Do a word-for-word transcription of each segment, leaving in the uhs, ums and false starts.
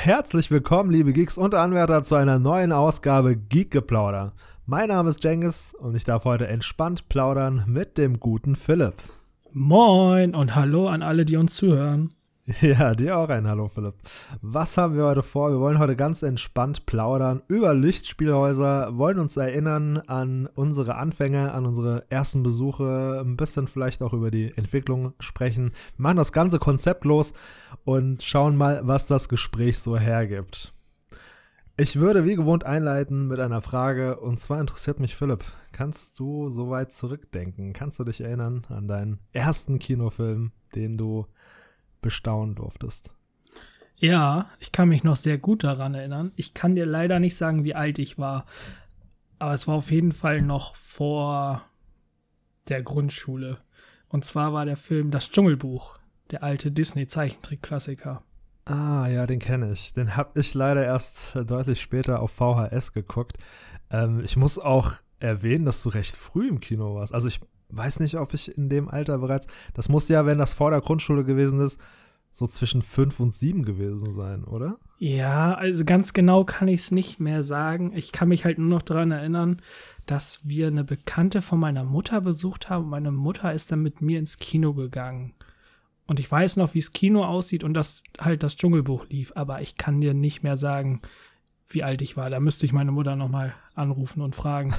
Herzlich willkommen, liebe Geeks und Anwärter, zu einer neuen Ausgabe Geek-Geplauder. Mein Name ist Cengiz und ich darf heute entspannt plaudern mit dem guten Philipp. Moin und hallo an alle, die uns zuhören. Ja, dir auch ein Hallo, Philipp. Was haben wir heute vor? Wir wollen heute ganz entspannt plaudern über Lichtspielhäuser, wollen uns erinnern an unsere Anfänge, an unsere ersten Besuche, ein bisschen vielleicht auch über die Entwicklung sprechen. Wir machen das ganze konzeptlos und schauen mal, was das Gespräch so hergibt. Ich würde wie gewohnt einleiten mit einer Frage, und zwar interessiert mich, Philipp, kannst du so weit zurückdenken? Kannst du dich erinnern an deinen ersten Kinofilm, den du bestaunen durftest? Ja, ich kann mich noch sehr gut daran erinnern. Ich kann dir leider nicht sagen, wie alt ich war, aber es war auf jeden Fall noch vor der Grundschule. Und zwar war der Film Das Dschungelbuch, der alte Disney-Zeichentrick-Klassiker. Ah, ja, den kenne ich. Den habe ich leider erst deutlich später auf V H S geguckt. Ähm, ich muss auch erwähnen, dass du recht früh im Kino warst. Also ich weiß nicht, ob ich in dem Alter bereits, das muss ja, wenn das vor der Grundschule gewesen ist, so zwischen fünf und sieben gewesen sein, oder? Ja, also ganz genau kann ich es nicht mehr sagen. Ich kann mich halt nur noch daran erinnern, dass wir eine Bekannte von meiner Mutter besucht haben. Meine Mutter ist dann mit mir ins Kino gegangen. Und ich weiß noch, wie das Kino aussieht und dass halt das Dschungelbuch lief. Aber ich kann dir nicht mehr sagen, wie alt ich war. Da müsste ich meine Mutter nochmal anrufen und fragen.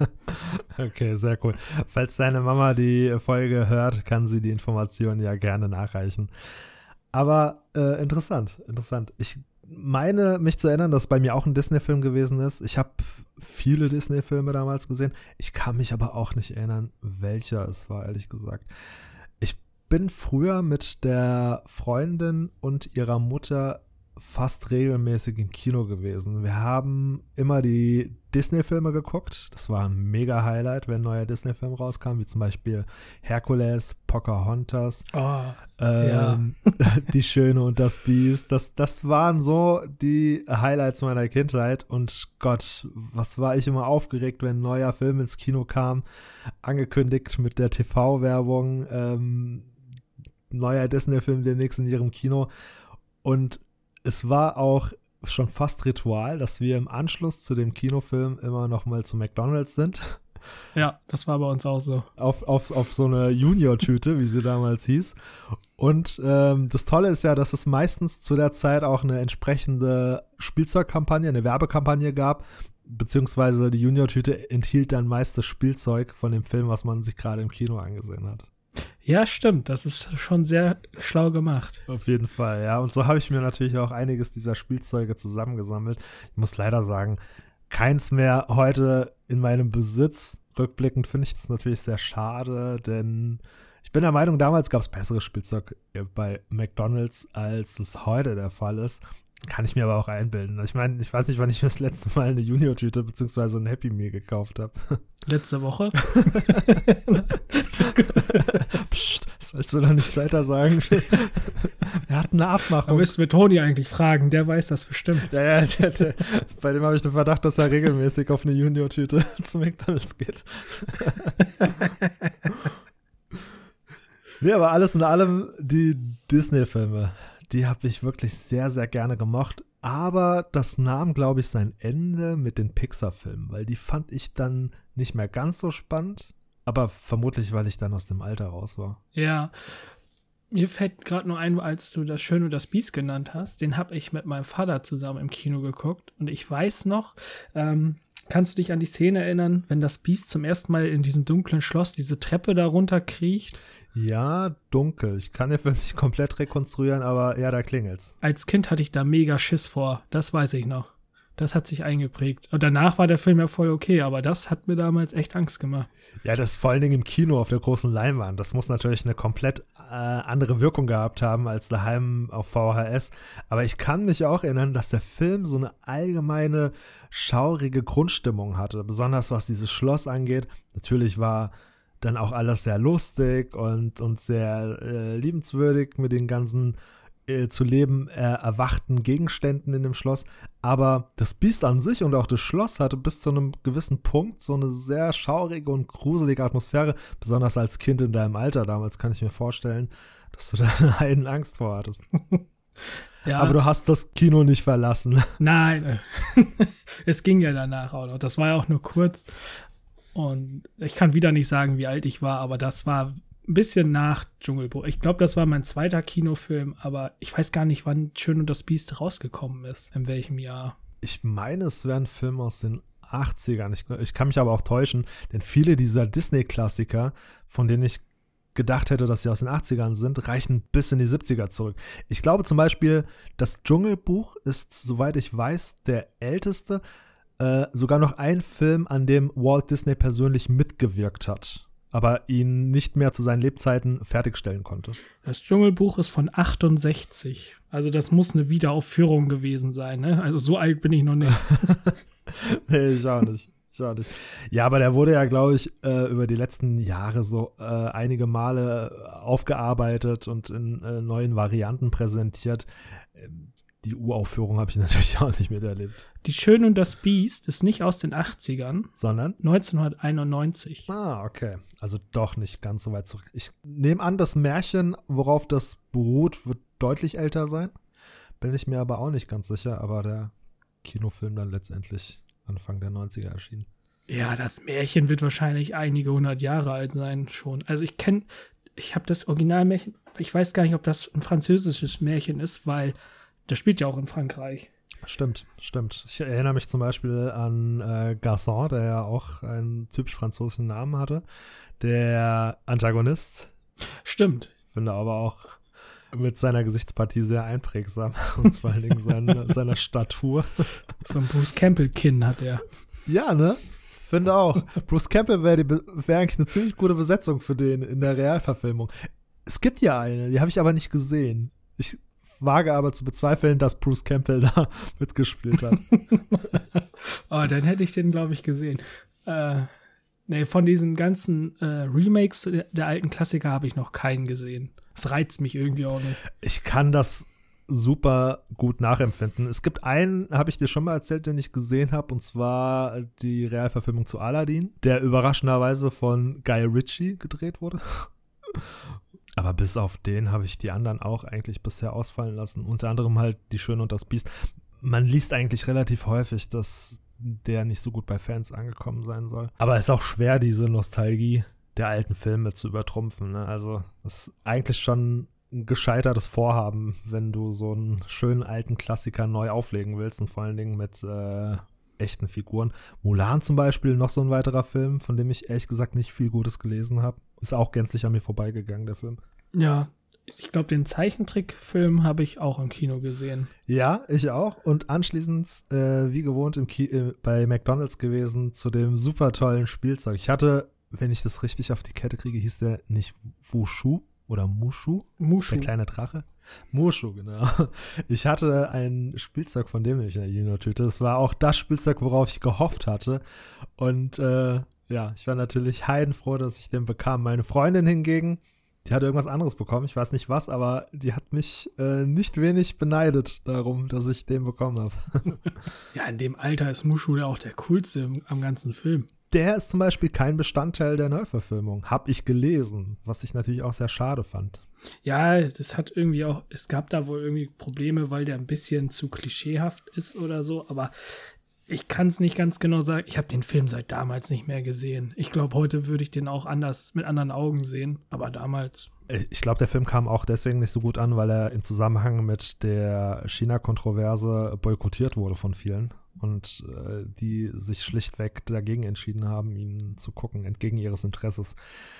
Okay, sehr cool. Falls deine Mama die Folge hört, kann sie die Informationen ja gerne nachreichen. Aber äh, interessant, interessant. Ich meine, mich zu erinnern, dass es bei mir auch ein Disney-Film gewesen ist. Ich habe viele Disney-Filme damals gesehen. Ich kann mich aber auch nicht erinnern, welcher es war, ehrlich gesagt. Ich bin früher mit der Freundin und ihrer Mutter fast regelmäßig im Kino gewesen. Wir haben immer die Disney-Filme geguckt. Das war ein mega Highlight, wenn ein neuer Disney-Film rauskam, wie zum Beispiel Herkules, Pocahontas, Oh, ähm, ja. Die Schöne und das Biest. Das, das waren so die Highlights meiner Kindheit. Und Gott, was war ich immer aufgeregt, wenn ein neuer Film ins Kino kam, angekündigt mit der T V-Werbung, ähm, neuer Disney-Film demnächst in ihrem Kino. Und es war auch schon fast Ritual, dass wir im Anschluss zu dem Kinofilm immer noch mal zu McDonald's sind. Ja, das war bei uns auch so. Auf, auf, auf so eine Junior-Tüte, wie sie damals hieß. Und ähm, das Tolle ist ja, dass es meistens zu der Zeit auch eine entsprechende Spielzeugkampagne, eine Werbekampagne gab, beziehungsweise die Junior-Tüte enthielt dann meist das Spielzeug von dem Film, was man sich gerade im Kino angesehen hat. Ja, stimmt. Das ist schon sehr schlau gemacht. Auf jeden Fall, ja. Und so habe ich mir natürlich auch einiges dieser Spielzeuge zusammengesammelt. Ich muss leider sagen, keins mehr heute in meinem Besitz. Rückblickend finde ich das natürlich sehr schade, denn ich bin der Meinung, damals gab es besseres Spielzeug bei McDonald's, als es heute der Fall ist. Kann ich mir aber auch einbilden. Ich meine, ich weiß nicht, wann ich mir das letzte Mal eine Junior-Tüte bzw. ein Happy Meal gekauft habe. Letzte Woche. Psst, das sollst du doch nicht weiter sagen. Wir hatten eine Abmachung. Da müssten wir Toni eigentlich fragen, der weiß das bestimmt. Ja, ja, der, der, bei dem habe ich den Verdacht, dass er regelmäßig auf eine Junior-Tüte zu McDonald's geht. Nee, aber alles in allem, die Disney-Filme, die habe ich wirklich sehr, sehr gerne gemocht. Aber das nahm, glaube ich, sein Ende mit den Pixar-Filmen, weil die fand ich dann nicht mehr ganz so spannend. Aber vermutlich, weil ich dann aus dem Alter raus war. Ja, mir fällt gerade nur ein, als du das Schöne und das Biest genannt hast, den habe ich mit meinem Vater zusammen im Kino geguckt. Und ich weiß noch, ähm, kannst du dich an die Szene erinnern, wenn das Biest zum ersten Mal in diesem dunklen Schloss diese Treppe da runter kriecht? Ja, dunkel. Ich kann ja für mich komplett rekonstruieren, aber ja, da klingelt's. Als Kind hatte ich da mega Schiss vor, das weiß ich noch. Das hat sich eingeprägt. Und danach war der Film ja voll okay, aber das hat mir damals echt Angst gemacht. Ja, das vor allen Dingen im Kino auf der großen Leinwand. Das muss natürlich eine komplett äh, andere Wirkung gehabt haben als daheim auf V H S. Aber ich kann mich auch erinnern, dass der Film so eine allgemeine schaurige Grundstimmung hatte. Besonders was dieses Schloss angeht. Natürlich war dann auch alles sehr lustig und, und sehr äh, liebenswürdig mit den ganzen äh, zu leben äh, erwachten Gegenständen in dem Schloss. Aber das Biest an sich und auch das Schloss hatte bis zu einem gewissen Punkt so eine sehr schaurige und gruselige Atmosphäre. Besonders als Kind in deinem Alter damals kann ich mir vorstellen, dass du da eine Heidenangst vor hattest. Ja. Aber du hast das Kino nicht verlassen. Nein, es ging ja danach auch noch. Das war ja auch nur kurz. Und ich kann wieder nicht sagen, wie alt ich war, aber das war ein bisschen nach Dschungelbuch. Ich glaube, das war mein zweiter Kinofilm, aber ich weiß gar nicht, wann Schön und das Biest rausgekommen ist. In welchem Jahr. Ich meine, es wäre ein Film aus den achtzigern. Ich, ich kann mich aber auch täuschen, denn viele dieser Disney-Klassiker, von denen ich gedacht hätte, dass sie aus den achtzigern sind, reichen bis in die siebziger zurück. Ich glaube zum Beispiel, das Dschungelbuch ist, soweit ich weiß, der älteste, äh, sogar noch ein Film, an dem Walt Disney persönlich mitgewirkt hat, aber ihn nicht mehr zu seinen Lebzeiten fertigstellen konnte. Das Dschungelbuch ist von achtundsechzig. Also das muss eine Wiederaufführung gewesen sein, ne? Also so alt bin ich noch nicht. Nee, ich auch nicht. Ich auch nicht. Ja, aber der wurde ja, glaube ich, äh, über die letzten Jahre so äh, einige Male aufgearbeitet und in äh, neuen Varianten präsentiert. Die Uraufführung habe ich natürlich auch nicht miterlebt. Die Schön und das Biest ist nicht aus den achtzigern, sondern neunzehnhunderteinundneunzig. Ah, okay. Also doch nicht ganz so weit zurück. Ich nehme an, das Märchen, worauf das beruht, wird deutlich älter sein. Bin ich mir aber auch nicht ganz sicher, aber der Kinofilm dann letztendlich Anfang der neunziger erschienen. Ja, das Märchen wird wahrscheinlich einige hundert Jahre alt sein schon. Also ich kenne, ich habe das Originalmärchen, ich weiß gar nicht, ob das ein französisches Märchen ist, weil das spielt ja auch in Frankreich. Stimmt, stimmt. Ich erinnere mich zum Beispiel an äh, Gaston, der ja auch einen typisch französischen Namen hatte. Der Antagonist. Stimmt. Finde aber auch mit seiner Gesichtspartie sehr einprägsam und vor allen Dingen seine, seiner Statur. So ein Bruce Campbell-Kinn hat er. Ja, ne? Finde auch. Bruce Campbell wäre wär eigentlich eine ziemlich gute Besetzung für den in der Realverfilmung. Es gibt ja eine, die habe ich aber nicht gesehen. Ich wage aber zu bezweifeln, dass Bruce Campbell da mitgespielt hat. Oh, dann hätte ich den, glaube ich, gesehen. Äh, nee, von diesen ganzen äh, Remakes der, der alten Klassiker habe ich noch keinen gesehen. Das reizt mich irgendwie auch nicht. Ich kann das super gut nachempfinden. Es gibt einen, habe ich dir schon mal erzählt, den ich gesehen habe, und zwar die Realverfilmung zu Aladdin, der überraschenderweise von Guy Ritchie gedreht wurde. Aber bis auf den habe ich die anderen auch eigentlich bisher ausfallen lassen. Unter anderem halt Die Schöne und das Biest. Man liest eigentlich relativ häufig, dass der nicht so gut bei Fans angekommen sein soll. Aber es ist auch schwer, diese Nostalgie der alten Filme zu übertrumpfen. Ne? Also das ist eigentlich schon ein gescheitertes Vorhaben, wenn du so einen schönen alten Klassiker neu auflegen willst und vor allen Dingen mit äh, echten Figuren. Mulan zum Beispiel, noch so ein weiterer Film, von dem ich ehrlich gesagt nicht viel Gutes gelesen habe. Ist auch gänzlich an mir vorbeigegangen, der Film. Ja, ich glaube, den Zeichentrickfilm habe ich auch im Kino gesehen. Ja, ich auch. Und anschließend, äh, wie gewohnt, im Ki- äh, bei McDonald's gewesen zu dem super tollen Spielzeug. Ich hatte, wenn ich das richtig auf die Kette kriege, hieß der nicht Wushu oder Mushu? Mushu. Der kleine Drache? Mushu, genau. Ich hatte ein Spielzeug von dem nämlich in der Junior-Tüte. Das war auch das Spielzeug, worauf ich gehofft hatte. Und äh, ja, ich war natürlich heidenfroh, dass ich den bekam. Meine Freundin hingegen, die hat irgendwas anderes bekommen. Ich weiß nicht was, aber die hat mich äh, nicht wenig beneidet darum, dass ich den bekommen habe. Ja, in dem Alter ist Mushu ja auch der coolste im, am ganzen Film. Der ist zum Beispiel kein Bestandteil der Neuverfilmung. Hab ich gelesen, was ich natürlich auch sehr schade fand. Ja, das hat irgendwie auch, es gab da wohl irgendwie Probleme, weil der ein bisschen zu klischeehaft ist oder so, aber ich kann es nicht ganz genau sagen. Ich habe den Film seit damals nicht mehr gesehen. Ich glaube, heute würde ich den auch anders, mit anderen Augen sehen, aber damals. Ich glaube, der Film kam auch deswegen nicht so gut an, weil er im Zusammenhang mit der China-Kontroverse boykottiert wurde von vielen und äh, die sich schlichtweg dagegen entschieden haben, ihn zu gucken, entgegen ihres Interesses.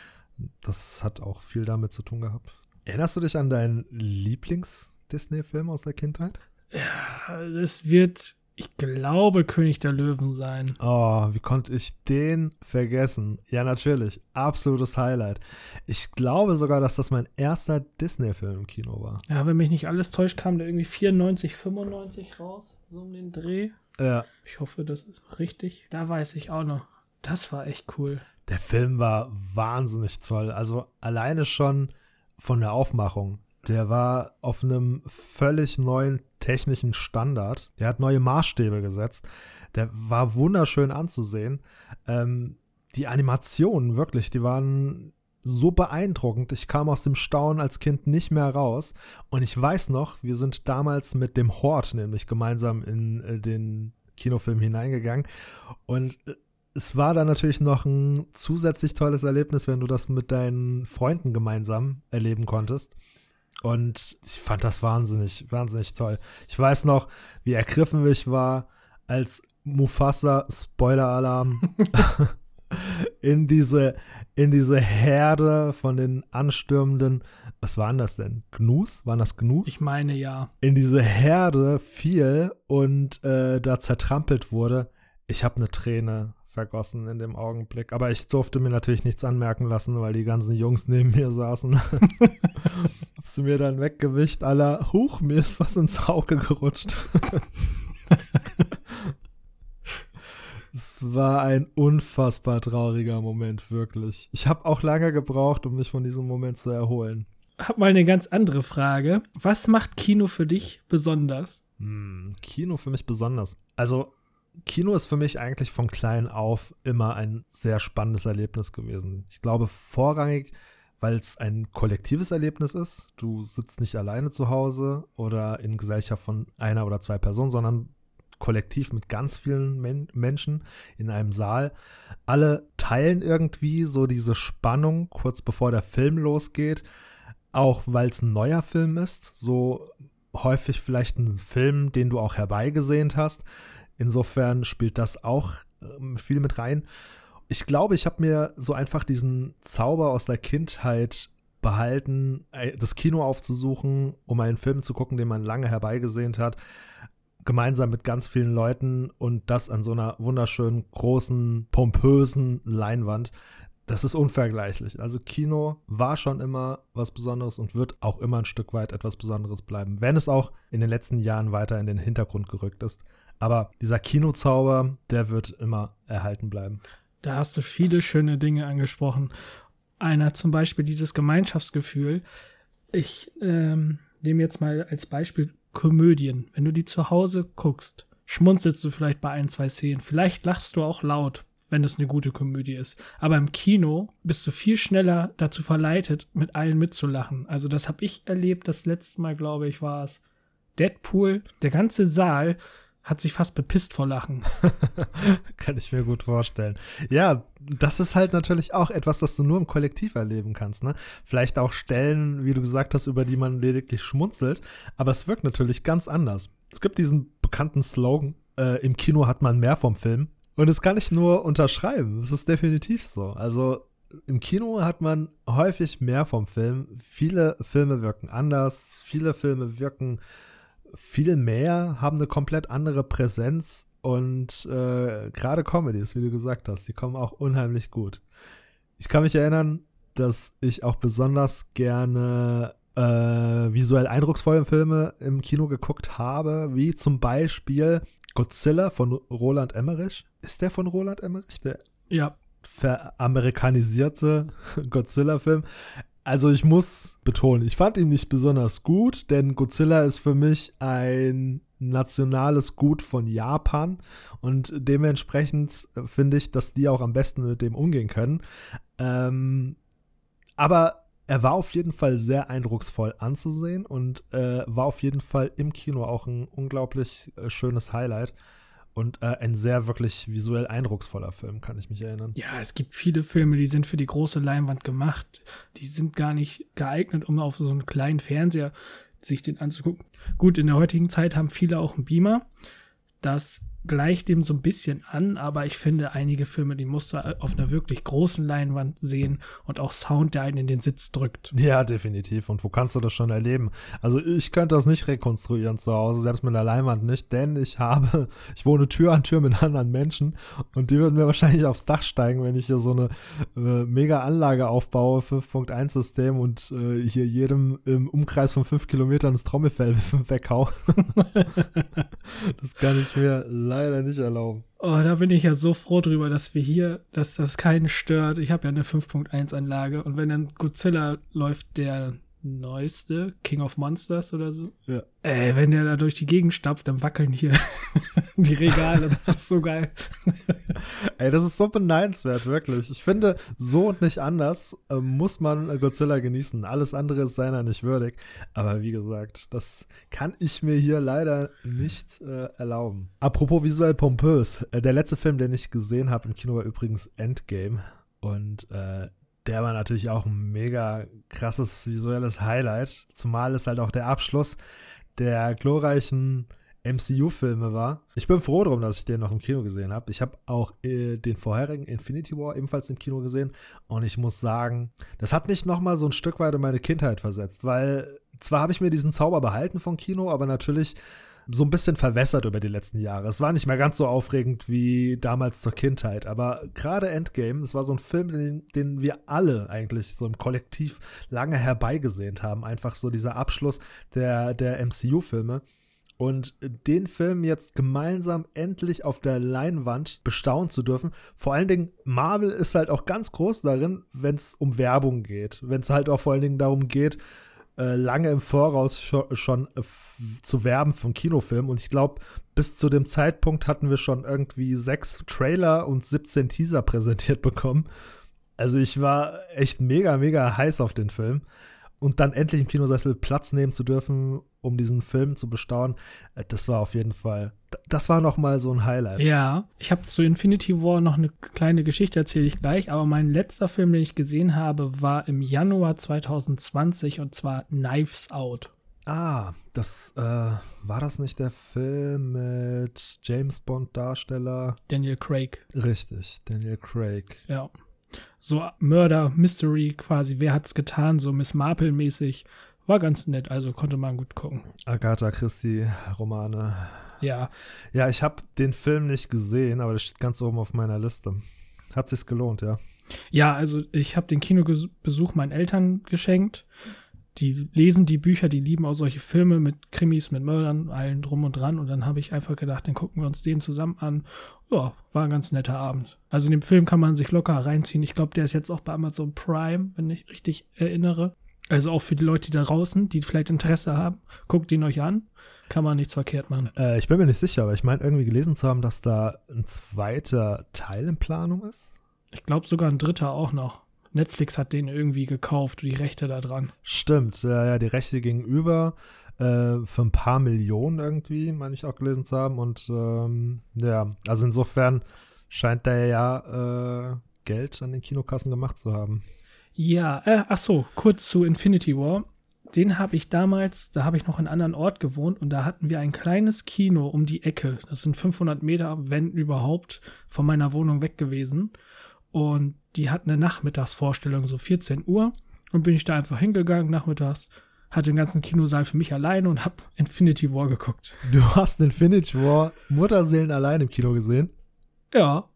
Das hat auch viel damit zu tun gehabt. Erinnerst du dich an deinen Lieblings-Disney-Film aus der Kindheit? Ja, es wird, ich glaube, König der Löwen sein. Oh, wie konnte ich den vergessen? Ja, natürlich. Absolutes Highlight. Ich glaube sogar, dass das mein erster Disney-Film im Kino war. Ja, wenn mich nicht alles täuscht, kam der irgendwie vierundneunzig, fünfundneunzig raus, so um den Dreh. Ja. Ich hoffe, das ist richtig. Da weiß ich auch noch. Das war echt cool. Der Film war wahnsinnig toll. Also alleine schon von der Aufmachung. Der war auf einem völlig neuen technischen Standard. Der hat neue Maßstäbe gesetzt. Der war wunderschön anzusehen. Ähm, die Animationen, wirklich, die waren so beeindruckend. Ich kam aus dem Staunen als Kind nicht mehr raus. Und ich weiß noch, wir sind damals mit dem Hort nämlich gemeinsam in äh, den Kinofilm hineingegangen. Und äh, es war dann natürlich noch ein zusätzlich tolles Erlebnis, wenn du das mit deinen Freunden gemeinsam erleben konntest. Und ich fand das wahnsinnig, wahnsinnig toll. Ich weiß noch, wie ergriffen ich war, als Mufasa, Spoiler-Alarm, in diese, in diese Herde von den anstürmenden, was waren das denn? Gnus? Waren das Gnus? Ich meine, ja. In diese Herde fiel und äh, da zertrampelt wurde. Ich habe eine Träne vergossen in dem Augenblick. Aber ich durfte mir natürlich nichts anmerken lassen, weil die ganzen Jungs neben mir saßen. Hab sie mir dann weggewischt, aller, huch, mir ist was ins Auge gerutscht. Es war ein unfassbar trauriger Moment, wirklich. Ich habe auch lange gebraucht, um mich von diesem Moment zu erholen. Hab mal eine ganz andere Frage. Was macht Kino für dich besonders? Hm, Kino für mich besonders. Also, Kino ist für mich eigentlich von klein auf immer ein sehr spannendes Erlebnis gewesen. Ich glaube vorrangig, weil es ein kollektives Erlebnis ist. Du sitzt nicht alleine zu Hause oder in Gesellschaft von einer oder zwei Personen, sondern kollektiv mit ganz vielen Men- Menschen in einem Saal. Alle teilen irgendwie so diese Spannung kurz bevor der Film losgeht, auch weil es ein neuer Film ist, so häufig vielleicht ein Film, den du auch herbeigesehnt hast. Insofern spielt das auch äh, viel mit rein. Ich glaube, ich habe mir so einfach diesen Zauber aus der Kindheit behalten, das Kino aufzusuchen, um einen Film zu gucken, den man lange herbeigesehnt hat, gemeinsam mit ganz vielen Leuten und das an so einer wunderschönen, großen, pompösen Leinwand. Das ist unvergleichlich. Also Kino war schon immer was Besonderes und wird auch immer ein Stück weit etwas Besonderes bleiben, wenn es auch in den letzten Jahren weiter in den Hintergrund gerückt ist. Aber dieser Kinozauber, der wird immer erhalten bleiben. Da hast du viele schöne Dinge angesprochen. Einer zum Beispiel dieses Gemeinschaftsgefühl. Ich ähm, nehme jetzt mal als Beispiel Komödien. Wenn du die zu Hause guckst, schmunzelst du vielleicht bei ein, zwei Szenen. Vielleicht lachst du auch laut, wenn es eine gute Komödie ist. Aber im Kino bist du viel schneller dazu verleitet, mit allen mitzulachen. Also das habe ich erlebt. Das letzte Mal, glaube ich, war es Deadpool. Der ganze Saal hat sich fast bepisst vor Lachen. Kann ich mir gut vorstellen. Ja, das ist halt natürlich auch etwas, das du nur im Kollektiv erleben kannst, ne? Vielleicht auch Stellen, wie du gesagt hast, über die man lediglich schmunzelt, aber es wirkt natürlich ganz anders. Es gibt diesen bekannten Slogan, äh, im Kino hat man mehr vom Film und das kann ich nur unterschreiben. Es ist definitiv so. Also im Kino hat man häufig mehr vom Film. Viele Filme wirken anders, viele Filme wirken viel mehr, haben eine komplett andere Präsenz und äh, gerade Comedies, wie du gesagt hast, die kommen auch unheimlich gut. Ich kann mich erinnern, dass ich auch besonders gerne äh, visuell eindrucksvolle Filme im Kino geguckt habe, wie zum Beispiel Godzilla von Roland Emmerich. Ist der von Roland Emmerich? Der ja. veramerikanisierte Godzilla-Film. Also ich muss betonen, ich fand ihn nicht besonders gut, denn Godzilla ist für mich ein nationales Gut von Japan und dementsprechend finde ich, dass die auch am besten mit dem umgehen können. Ähm, aber er war auf jeden Fall sehr eindrucksvoll anzusehen und äh, war auf jeden Fall im Kino auch ein unglaublich äh, schönes Highlight. Und äh, ein sehr wirklich visuell eindrucksvoller Film, kann ich mich erinnern. Ja, es gibt viele Filme, die sind für die große Leinwand gemacht. Die sind gar nicht geeignet, um auf so einen kleinen Fernseher sich den anzugucken. Gut, in der heutigen Zeit haben viele auch einen Beamer. Das gleicht dem so ein bisschen an, aber ich finde, einige Filme, die musst du auf einer wirklich großen Leinwand sehen und auch Sound, der einen in den Sitz drückt. Ja, definitiv. Und wo kannst du das schon erleben? Also ich könnte das nicht rekonstruieren zu Hause, selbst mit der Leinwand nicht, denn ich habe, ich wohne Tür an Tür mit anderen Menschen und die würden mir wahrscheinlich aufs Dach steigen, wenn ich hier so eine äh, mega Anlage aufbaue, fünf Punkt eins System und äh, hier jedem im Umkreis von fünf Kilometern das Trommelfell weghau. Das kann ich mir leider nicht erlauben. Oh, da bin ich ja so froh drüber, dass wir hier, dass das keinen stört. Ich habe ja eine fünf Punkt eins Anlage und wenn dann Godzilla läuft, der neueste, King of Monsters oder so. Ja. Ey, wenn der da durch die Gegend stapft, dann wackeln hier die Regale. Das ist so geil. Ey, das ist so beneidenswert, wirklich. Ich finde, so und nicht anders äh, muss man Godzilla genießen. Alles andere ist seiner nicht würdig. Aber wie gesagt, das kann ich mir hier leider nicht äh, erlauben. Apropos visuell pompös. Äh, der letzte Film, den ich gesehen habe im Kino, war übrigens Endgame. Und äh, der war natürlich auch ein mega krasses visuelles Highlight. Zumal es halt auch der Abschluss der glorreichen M C U-Filme war. Ich bin froh drum, dass ich den noch im Kino gesehen habe. Ich habe auch äh, den vorherigen Infinity War ebenfalls im Kino gesehen. Und ich muss sagen, das hat mich noch mal so ein Stück weit in meine Kindheit versetzt. Weil zwar habe ich mir diesen Zauber behalten vom Kino, aber natürlich so ein bisschen verwässert über die letzten Jahre. Es war nicht mehr ganz so aufregend wie damals zur Kindheit, aber gerade Endgame, es war so ein Film, den, den wir alle eigentlich so im Kollektiv lange herbeigesehnt haben. Einfach so dieser Abschluss der, der M C U-Filme. Und den Film jetzt gemeinsam endlich auf der Leinwand bestaunen zu dürfen. Vor allen Dingen, Marvel ist halt auch ganz groß darin, wenn es um Werbung geht. Wenn es halt auch vor allen Dingen darum geht, lange im Voraus schon, schon äh, zu werben für einen Kinofilm. Und ich glaube, bis zu dem Zeitpunkt hatten wir schon irgendwie sechs Trailer und siebzehn Teaser präsentiert bekommen. Also ich war echt mega, mega heiß auf den Film. Und dann endlich im Kinosessel Platz nehmen zu dürfen, um diesen Film zu bestaunen, das war auf jeden Fall, das war noch mal so ein Highlight. Ja, ich habe zu Infinity War noch eine kleine Geschichte, erzähle ich gleich, aber mein letzter Film, den ich gesehen habe, war im Januar zwanzig zwanzig und zwar Knives Out. Ah, das, äh, war das nicht der Film mit James Bond-Darsteller? Daniel Craig. Richtig, Daniel Craig. Ja. So Murder, Mystery quasi, wer hat's getan, so Miss Marple-mäßig. War ganz nett, also konnte man gut gucken. Agatha Christie-Romane. Ja. Ja, ich habe den Film nicht gesehen, aber das steht ganz oben auf meiner Liste. Hat sich's gelohnt, ja? Ja, also ich habe den Kinobesuch meinen Eltern geschenkt. Die lesen die Bücher, die lieben auch solche Filme mit Krimis, mit Mördern, allen drum und dran. Und dann habe ich einfach gedacht, dann gucken wir uns den zusammen an. Ja, war ein ganz netter Abend. Also in dem Film kann man sich locker reinziehen. Ich glaube, der ist jetzt auch bei Amazon Prime, wenn ich richtig erinnere. Also auch für die Leute da draußen, die vielleicht Interesse haben. Guckt ihn euch an. Kann man nichts verkehrt machen. Äh, ich bin mir nicht sicher, aber ich meine irgendwie gelesen zu haben, dass da ein zweiter Teil in Planung ist. Ich glaube sogar ein dritter auch noch. Netflix hat den irgendwie gekauft, die Rechte da dran. Stimmt, ja, ja, die Rechte gegenüber äh, für ein paar Millionen irgendwie, meine ich auch gelesen zu haben. Und ähm, ja, also insofern scheint der ja äh, Geld an den Kinokassen gemacht zu haben. Ja, äh, ach so, kurz zu Infinity War. Den habe ich damals, da habe ich noch in einem anderen Ort gewohnt und da hatten wir ein kleines Kino um die Ecke. Das sind fünfhundert Meter, wenn überhaupt, von meiner Wohnung weg gewesen. Und die hatten eine Nachmittagsvorstellung, so vierzehn Uhr. Und bin ich da einfach hingegangen nachmittags, hatte den ganzen Kinosaal für mich alleine und habe Infinity War geguckt. Du hast Infinity War Mutterseelen allein im Kino gesehen? Ja.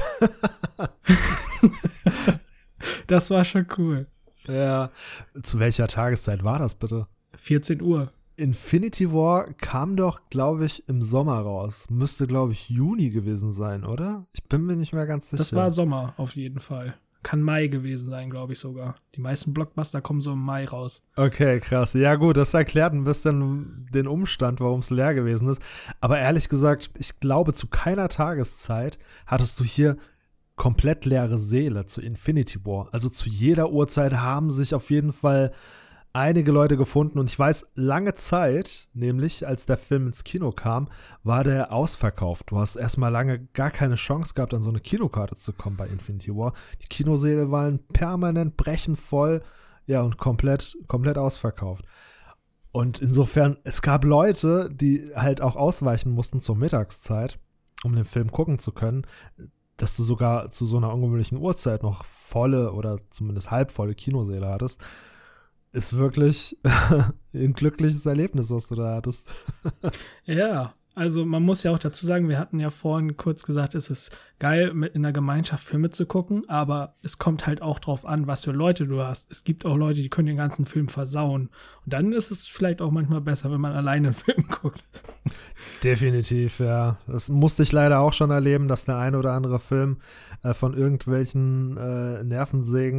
Das war schon cool. Ja. Zu welcher Tageszeit war das bitte? vierzehn Uhr. Infinity War kam doch, glaube ich, im Sommer raus. Müsste, glaube ich, Juni gewesen sein, oder? Ich bin mir nicht mehr ganz sicher. Das war Sommer auf jeden Fall. Kann Mai gewesen sein, glaube ich sogar. Die meisten Blockbuster kommen so im Mai raus. Okay, krass. Ja gut, das erklärt ein bisschen den Umstand, warum es leer gewesen ist. Aber ehrlich gesagt, ich glaube, zu keiner Tageszeit hattest du hier komplett leere Säle zu Infinity War. Also zu jeder Uhrzeit haben sich auf jeden Fall einige Leute gefunden und ich weiß, lange Zeit, nämlich als der Film ins Kino kam, war der ausverkauft. Du hast erstmal lange gar keine Chance gehabt, an so eine Kinokarte zu kommen bei Infinity War. Die Kinosäle waren permanent brechend voll, ja, und komplett, komplett ausverkauft. Und insofern, es gab Leute, die halt auch ausweichen mussten zur Mittagszeit, um den Film gucken zu können, dass du sogar zu so einer ungewöhnlichen Uhrzeit noch volle oder zumindest halbvolle Kinosäle hattest. Ist wirklich ein glückliches Erlebnis, was du da hattest. Ja, also man muss ja auch dazu sagen, wir hatten ja vorhin kurz gesagt, es ist geil, mit in der Gemeinschaft Filme zu gucken, aber es kommt halt auch drauf an, was für Leute du hast. Es gibt auch Leute, die können den ganzen Film versauen. Und dann ist es vielleicht auch manchmal besser, wenn man alleine einen Film guckt. Definitiv, ja. Das musste ich leider auch schon erleben, dass der ein oder andere Film äh, von irgendwelchen äh, Nervensägen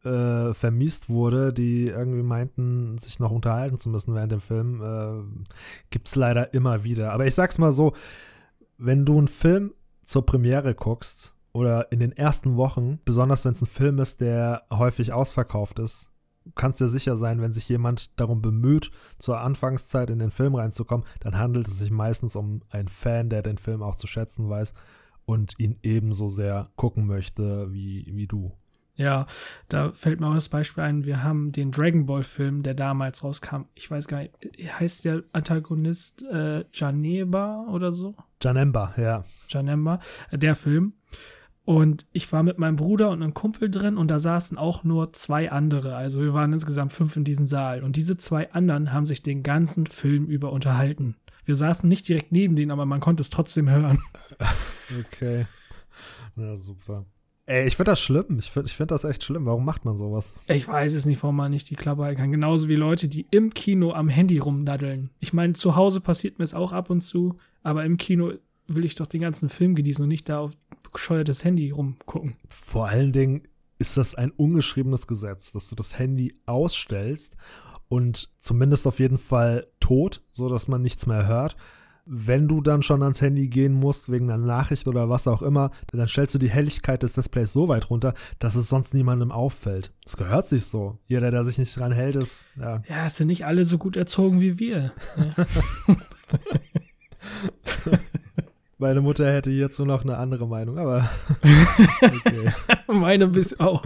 äh, vermiest wurde, die irgendwie meinten, sich noch unterhalten zu müssen während dem Film, äh, gibt es leider immer wieder. Aber ich sag's mal so, wenn du einen Film zur Premiere guckst oder in den ersten Wochen, besonders wenn es ein Film ist, der häufig ausverkauft ist, kannst dir sicher sein, wenn sich jemand darum bemüht, zur Anfangszeit in den Film reinzukommen, dann handelt es sich meistens um einen Fan, der den Film auch zu schätzen weiß und ihn ebenso sehr gucken möchte wie, wie du. Ja, da fällt mir auch das Beispiel ein, wir haben den Dragon Ball Film, der damals rauskam, ich weiß gar nicht, heißt der Antagonist äh, Janemba oder so? Janemba, ja. Janemba, äh, der Film. Und ich war mit meinem Bruder und einem Kumpel drin und da saßen auch nur zwei andere. Also wir waren insgesamt fünf in diesem Saal. Und diese zwei anderen haben sich den ganzen Film über unterhalten. Wir saßen nicht direkt neben denen, aber man konnte es trotzdem hören. Okay. Na super. Ey, ich finde das schlimm. Ich finde ich find das echt schlimm. Warum macht man sowas? Ich weiß es nicht, warum man nicht die Klappe halten kann. Genauso wie Leute, die im Kino am Handy rumdaddeln. Ich meine, zu Hause passiert mir es auch ab und zu, aber im Kino will ich doch den ganzen Film genießen und nicht da auf bescheuertes Handy rumgucken. Vor allen Dingen ist das ein ungeschriebenes Gesetz, dass du das Handy ausstellst und zumindest auf jeden Fall tot, so dass man nichts mehr hört. Wenn du dann schon ans Handy gehen musst, wegen einer Nachricht oder was auch immer, dann stellst du die Helligkeit des Displays so weit runter, dass es sonst niemandem auffällt. Das gehört sich so. Jeder, der sich nicht dran hält, ist, ja. Ja, es sind nicht alle so gut erzogen wie wir. Ja. Meine Mutter hätte hierzu noch eine andere Meinung, aber okay. Meine bis auch.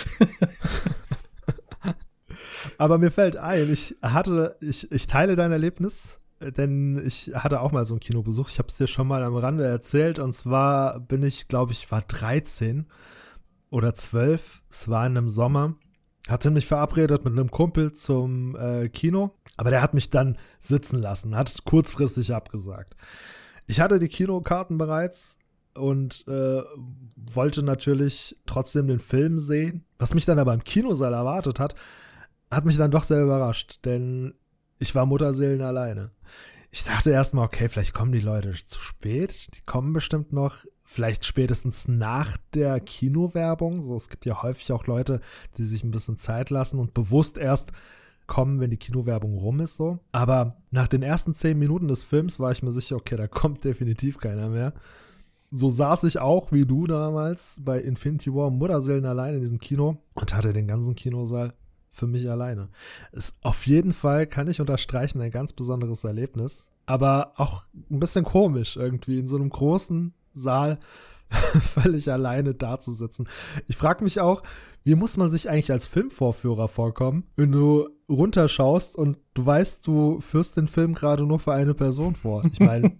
Aber mir fällt ein, ich hatte, ich, ich teile dein Erlebnis, denn ich hatte auch mal so einen Kinobesuch. Ich habe es dir schon mal am Rande erzählt und zwar bin ich, glaube ich, war dreizehn oder zwölf. Es war in einem Sommer. Hatte mich verabredet mit einem Kumpel zum äh, Kino, aber der hat mich dann sitzen lassen, hat kurzfristig abgesagt. Ich hatte die Kinokarten bereits und äh, wollte natürlich trotzdem den Film sehen. Was mich dann aber im Kinosaal erwartet hat, hat mich dann doch sehr überrascht, denn ich war Mutterseelen alleine. Ich dachte erstmal, okay, vielleicht kommen die Leute zu spät. Die kommen bestimmt noch, vielleicht spätestens nach der Kinowerbung. So, es gibt ja häufig auch Leute, die sich ein bisschen Zeit lassen und bewusst erst kommen, wenn die Kinowerbung rum ist, so. Aber nach den ersten zehn Minuten des Films war ich mir sicher, okay, da kommt definitiv keiner mehr. So saß ich auch, wie du damals, bei Infinity War Mutterseelen allein in diesem Kino und hatte den ganzen Kinosaal für mich alleine. Ist auf jeden Fall, kann ich unterstreichen, ein ganz besonderes Erlebnis, aber auch ein bisschen komisch irgendwie in so einem großen Saal völlig alleine dazusitzen. Ich frage mich auch, wie muss man sich eigentlich als Filmvorführer vorkommen, wenn du runterschaust und du weißt, du führst den Film gerade nur für eine Person vor. Ich meine,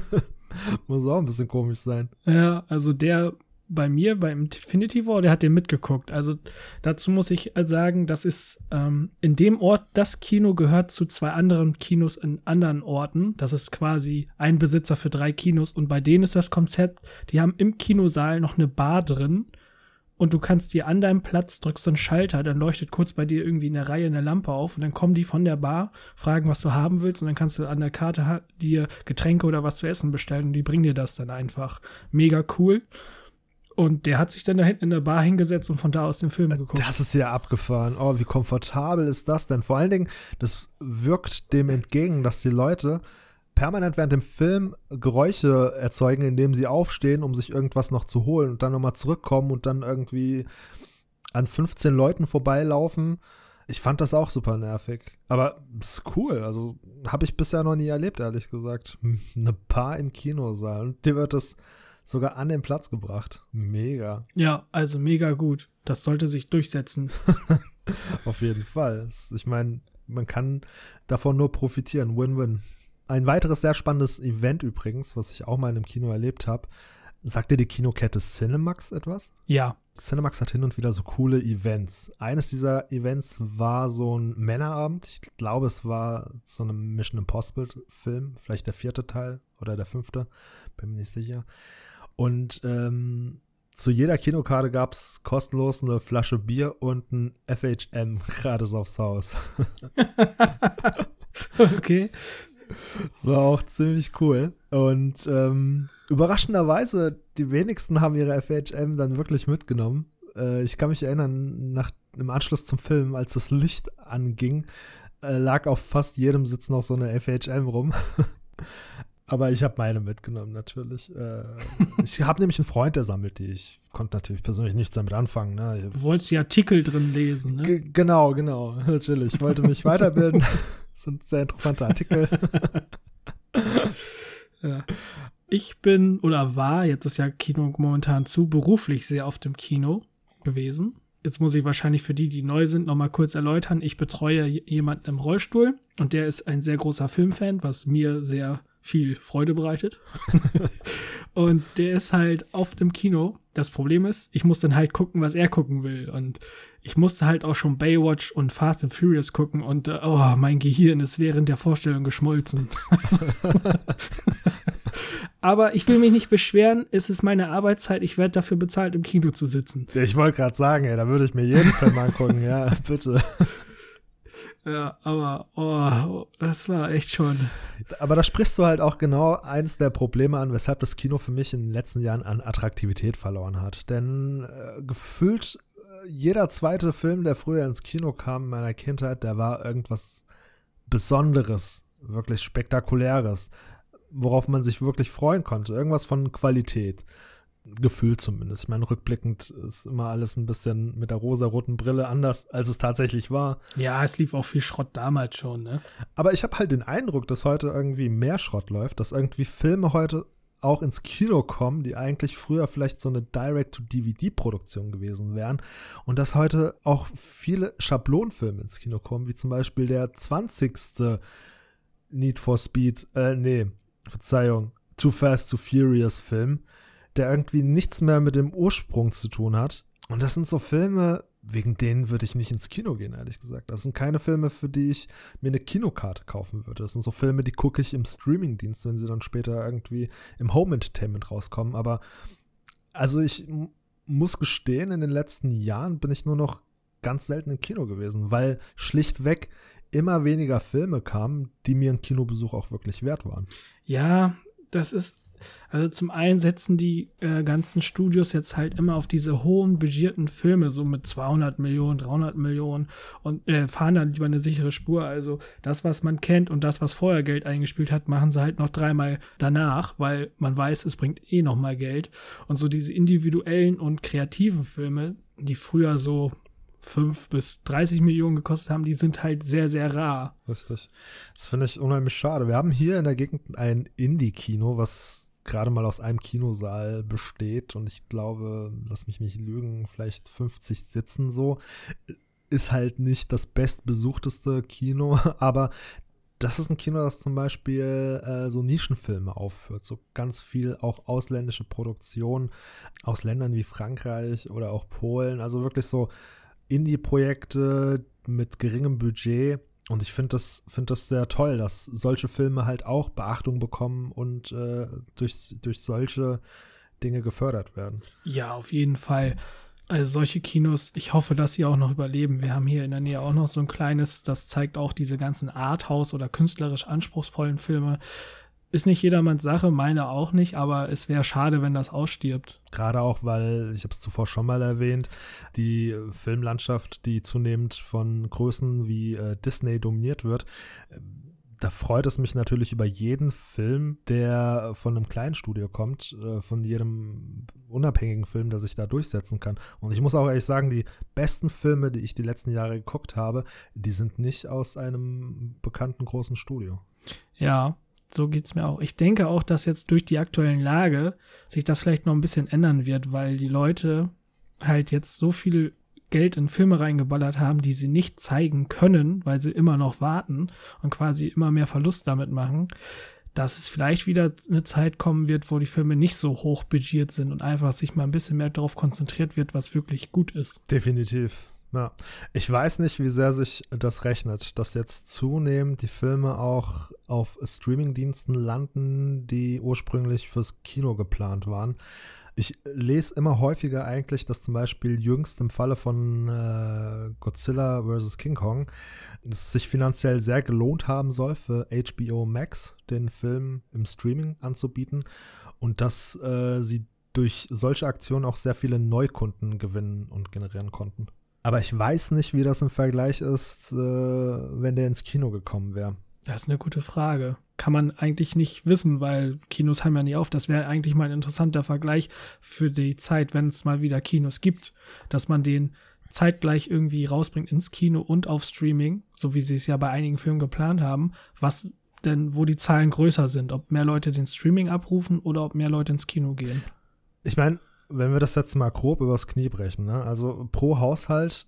muss auch ein bisschen komisch sein. Ja, also der bei mir, bei Infinity War, der hat den mitgeguckt. Also dazu muss ich sagen, das ist ähm, in dem Ort, das Kino gehört zu zwei anderen Kinos in anderen Orten. Das ist quasi ein Besitzer für drei Kinos und bei denen ist das Konzept, die haben im Kinosaal noch eine Bar drin und du kannst dir an deinem Platz, drückst so einen Schalter, dann leuchtet kurz bei dir irgendwie in der Reihe eine Lampe auf und dann kommen die von der Bar, fragen, was du haben willst und dann kannst du an der Karte ha- dir Getränke oder was zu essen bestellen und die bringen dir das dann einfach. Mega cool. Und der hat sich dann da hinten in der Bar hingesetzt und von da aus den Film geguckt. Das ist ja abgefahren. Oh, wie komfortabel ist das denn? Vor allen Dingen, das wirkt dem entgegen, dass die Leute permanent während dem Film Geräusche erzeugen, indem sie aufstehen, um sich irgendwas noch zu holen und dann nochmal zurückkommen und dann irgendwie an fünfzehn Leuten vorbeilaufen. Ich fand das auch super nervig. Aber das ist cool. Also habe ich bisher noch nie erlebt, ehrlich gesagt. Eine Bar im Kinosaal. Und dir wird das sogar an den Platz gebracht. Mega. Ja, also mega gut. Das sollte sich durchsetzen. Auf jeden Fall. Ich meine, man kann davon nur profitieren. Win-win. Ein weiteres sehr spannendes Event übrigens, was ich auch mal in einem Kino erlebt habe. Sagt dir die Kinokette Cinemax etwas? Ja. Cinemax hat hin und wieder so coole Events. Eines dieser Events war so ein Männerabend. Ich glaube, es war so ein Mission Impossible-Film. Vielleicht der vierte Teil oder der fünfte. Bin mir nicht sicher. Und ähm, zu jeder Kinokarte gab es kostenlos eine Flasche Bier und ein F H M gratis aufs Haus. Okay. Das war auch ziemlich cool. Und ähm, überraschenderweise, die wenigsten haben ihre F H M dann wirklich mitgenommen. Äh, ich kann mich erinnern, nach, im Anschluss zum Film, als das Licht anging, äh, lag auf fast jedem Sitz noch so eine F H M rum. Aber ich habe meine mitgenommen, natürlich. Äh, ich habe nämlich einen Freund, der sammelt die. Ich konnte natürlich persönlich nichts damit anfangen. Ne? Du wolltest die Artikel drin lesen, ne? G- genau, genau, natürlich. Ich wollte mich weiterbilden. Das sind sehr interessante Artikel. Ja. Ich bin oder war, jetzt ist ja Kino momentan zu, beruflich sehr oft im Kino gewesen. Jetzt muss ich wahrscheinlich für die, die neu sind, nochmal kurz erläutern. Ich betreue jemanden im Rollstuhl und der ist ein sehr großer Filmfan, was mir sehr viel Freude bereitet. Und der ist halt oft im Kino. Das Problem ist, ich muss dann halt gucken, was er gucken will. Und ich musste halt auch schon Baywatch und Fast and Furious gucken und äh, oh, mein Gehirn ist während der Vorstellung geschmolzen. Aber ich will mich nicht beschweren, es ist meine Arbeitszeit, ich werde dafür bezahlt, im Kino zu sitzen. Ich wollte gerade sagen, ey, da würde ich mir jeden Film angucken, ja, bitte. Ja, aber oh, das war echt schon. Aber da sprichst du halt auch genau eins der Probleme an, weshalb das Kino für mich in den letzten Jahren an Attraktivität verloren hat. Denn äh, gefühlt äh, jeder zweite Film, der früher ins Kino kam in meiner Kindheit, der war irgendwas Besonderes, wirklich Spektakuläres, worauf man sich wirklich freuen konnte. Irgendwas von Qualität. Gefühlt zumindest. Ich meine, rückblickend ist immer alles ein bisschen mit der rosa-roten Brille anders, als es tatsächlich war. Ja, es lief auch viel Schrott damals schon, ne? Aber ich habe halt den Eindruck, dass heute irgendwie mehr Schrott läuft, dass irgendwie Filme heute auch ins Kino kommen, die eigentlich früher vielleicht so eine Direct-to-D V D-Produktion gewesen wären. Und dass heute auch viele Schablonfilme ins Kino kommen, wie zum Beispiel der zwanzigste Need for Speed, äh, nee, Verzeihung, Too Fast, Too Furious Film, der irgendwie nichts mehr mit dem Ursprung zu tun hat. Und das sind so Filme, wegen denen würde ich nicht ins Kino gehen, ehrlich gesagt. Das sind keine Filme, für die ich mir eine Kinokarte kaufen würde. Das sind so Filme, die gucke ich im Streamingdienst, wenn sie dann später irgendwie im Home-Entertainment rauskommen. Aber also ich m- muss gestehen, in den letzten Jahren bin ich nur noch ganz selten im Kino gewesen, weil schlichtweg immer weniger Filme kamen, die mir einen Kinobesuch auch wirklich wert waren. Ja, das ist, also zum einen setzen die äh, ganzen Studios jetzt halt immer auf diese hohen budgetierten Filme, so mit zweihundert Millionen, dreihundert Millionen und äh, fahren dann lieber eine sichere Spur. Also das, was man kennt und das, was vorher Geld eingespielt hat, machen sie halt noch dreimal danach, weil man weiß, es bringt eh noch mal Geld. Und so diese individuellen und kreativen Filme, die früher so fünf bis dreißig Millionen gekostet haben, die sind halt sehr, sehr rar. Richtig. Das finde ich unheimlich schade. Wir haben hier in der Gegend ein Indie-Kino, was gerade mal aus einem Kinosaal besteht und ich glaube, lass mich nicht lügen, vielleicht fünfzig Sitzen so. Ist halt nicht das bestbesuchteste Kino, aber das ist ein Kino, das zum Beispiel äh, so Nischenfilme aufführt, so ganz viel auch ausländische Produktionen aus Ländern wie Frankreich oder auch Polen, also wirklich so Indie-Projekte mit geringem Budget. Und ich finde das, find das sehr toll, dass solche Filme halt auch Beachtung bekommen und äh, durch, durch solche Dinge gefördert werden. Ja, auf jeden Fall. Also solche Kinos, ich hoffe, dass sie auch noch überleben. Wir haben hier in der Nähe auch noch so ein kleines, das zeigt auch diese ganzen Arthouse- oder künstlerisch anspruchsvollen Filme. Ist nicht jedermanns Sache, meine auch nicht, aber es wäre schade, wenn das ausstirbt. Gerade auch, weil, ich habe es zuvor schon mal erwähnt, die Filmlandschaft, die zunehmend von Größen wie äh, Disney dominiert wird, äh, da freut es mich natürlich über jeden Film, der von einem kleinen Studio kommt, äh, von jedem unabhängigen Film, der sich da durchsetzen kann. Und ich muss auch ehrlich sagen, die besten Filme, die ich die letzten Jahre geguckt habe, die sind nicht aus einem bekannten großen Studio. Ja, so geht's mir auch. Ich denke auch, dass jetzt durch die aktuellen Lage sich das vielleicht noch ein bisschen ändern wird, weil die Leute halt jetzt so viel Geld in Filme reingeballert haben, die sie nicht zeigen können, weil sie immer noch warten und quasi immer mehr Verlust damit machen, dass es vielleicht wieder eine Zeit kommen wird, wo die Filme nicht so hoch budgetiert sind und einfach sich mal ein bisschen mehr darauf konzentriert wird, was wirklich gut ist. Definitiv. Ja, ich weiß nicht, wie sehr sich das rechnet, dass jetzt zunehmend die Filme auch auf Streamingdiensten landen, die ursprünglich fürs Kino geplant waren. Ich lese immer häufiger eigentlich, dass zum Beispiel jüngst im Falle von äh, Godzilla versus. King Kong es sich finanziell sehr gelohnt haben soll, für H B O Max den Film im Streaming anzubieten und dass äh, sie durch solche Aktionen auch sehr viele Neukunden gewinnen und generieren konnten. Aber ich weiß nicht, wie das im Vergleich ist, äh, wenn der ins Kino gekommen wäre. Das ist eine gute Frage. Kann man eigentlich nicht wissen, weil Kinos haben ja nie auf. Das wäre eigentlich mal ein interessanter Vergleich für die Zeit, wenn es mal wieder Kinos gibt, dass man den zeitgleich irgendwie rausbringt ins Kino und auf Streaming, so wie sie es ja bei einigen Filmen geplant haben, was denn, wo die Zahlen größer sind, ob mehr Leute den Streaming abrufen oder ob mehr Leute ins Kino gehen. Ich meine, wenn wir das jetzt mal grob übers Knie brechen, ne? Also pro Haushalt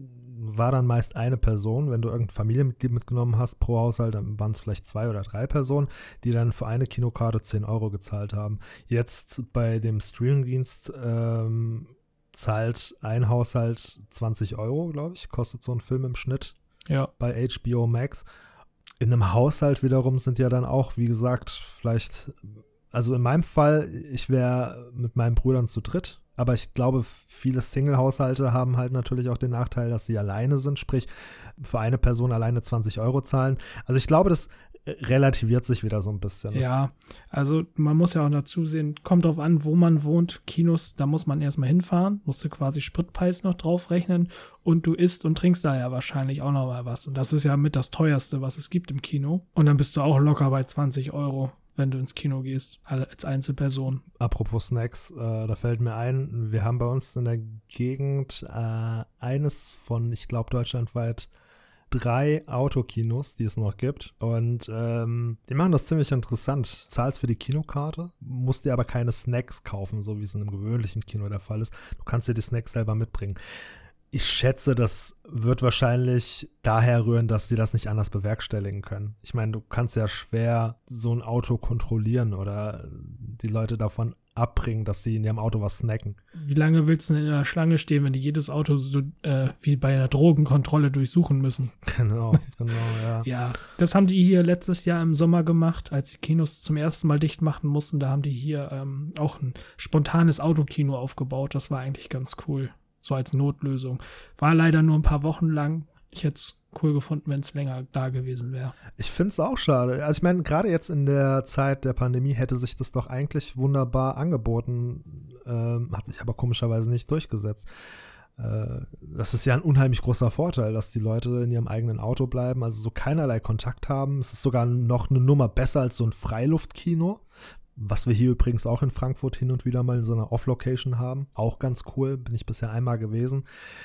war dann meist eine Person, wenn du irgendein Familienmitglied mitgenommen hast, pro Haushalt, dann waren es vielleicht zwei oder drei Personen, die dann für eine Kinokarte zehn Euro gezahlt haben. Jetzt bei dem Streamingdienst ähm, zahlt ein Haushalt zwanzig Euro, glaube ich, kostet so ein Film im Schnitt ja. bei H B O Max. In einem Haushalt wiederum sind ja dann auch, wie gesagt, vielleicht, also in meinem Fall, ich wäre mit meinen Brüdern zu dritt, aber ich glaube, viele Single-Haushalte haben halt natürlich auch den Nachteil, dass sie alleine sind, sprich für eine Person alleine zwanzig Euro zahlen. Also ich glaube, das relativiert sich wieder so ein bisschen. Ja, also man muss ja auch dazu sehen, kommt drauf an, wo man wohnt. Kinos, da muss man erstmal hinfahren, musst du quasi Spritpreis noch draufrechnen und du isst und trinkst da ja wahrscheinlich auch noch mal was. Und das ist ja mit das teuerste, was es gibt im Kino. Und dann bist du auch locker bei zwanzig Euro, wenn du ins Kino gehst, als Einzelperson. Apropos Snacks, äh, da fällt mir ein, wir haben bei uns in der Gegend äh, eines von, ich glaube, deutschlandweit drei Autokinos, die es noch gibt. Und ähm, die machen das ziemlich interessant. Du zahlst für die Kinokarte, musst dir aber keine Snacks kaufen, so wie es in einem gewöhnlichen Kino der Fall ist. Du kannst dir die Snacks selber mitbringen. Ich schätze, das wird wahrscheinlich daher rühren, dass sie das nicht anders bewerkstelligen können. Ich meine, du kannst ja schwer so ein Auto kontrollieren oder die Leute davon abbringen, dass sie in ihrem Auto was snacken. Wie lange willst du denn in der Schlange stehen, wenn die jedes Auto so äh, wie bei einer Drogenkontrolle durchsuchen müssen? Genau, genau, ja. Ja, das haben die hier letztes Jahr im Sommer gemacht, als die Kinos zum ersten Mal dicht machen mussten. Da haben die hier ähm, auch ein spontanes Autokino aufgebaut. Das war eigentlich ganz cool, so als Notlösung. War leider nur ein paar Wochen lang. Ich hätte es cool gefunden, wenn es länger da gewesen wäre. Ich finde es auch schade. Also ich meine, gerade jetzt in der Zeit der Pandemie hätte sich das doch eigentlich wunderbar angeboten, ähm, hat sich aber komischerweise nicht durchgesetzt. Äh, das ist ja ein unheimlich großer Vorteil, dass die Leute in ihrem eigenen Auto bleiben, also so keinerlei Kontakt haben. Es ist sogar noch eine Nummer besser als so ein Freiluftkino, was wir hier übrigens auch in Frankfurt hin und wieder mal in so einer Off-Location haben. Auch ganz cool, bin ich bisher einmal gewesen.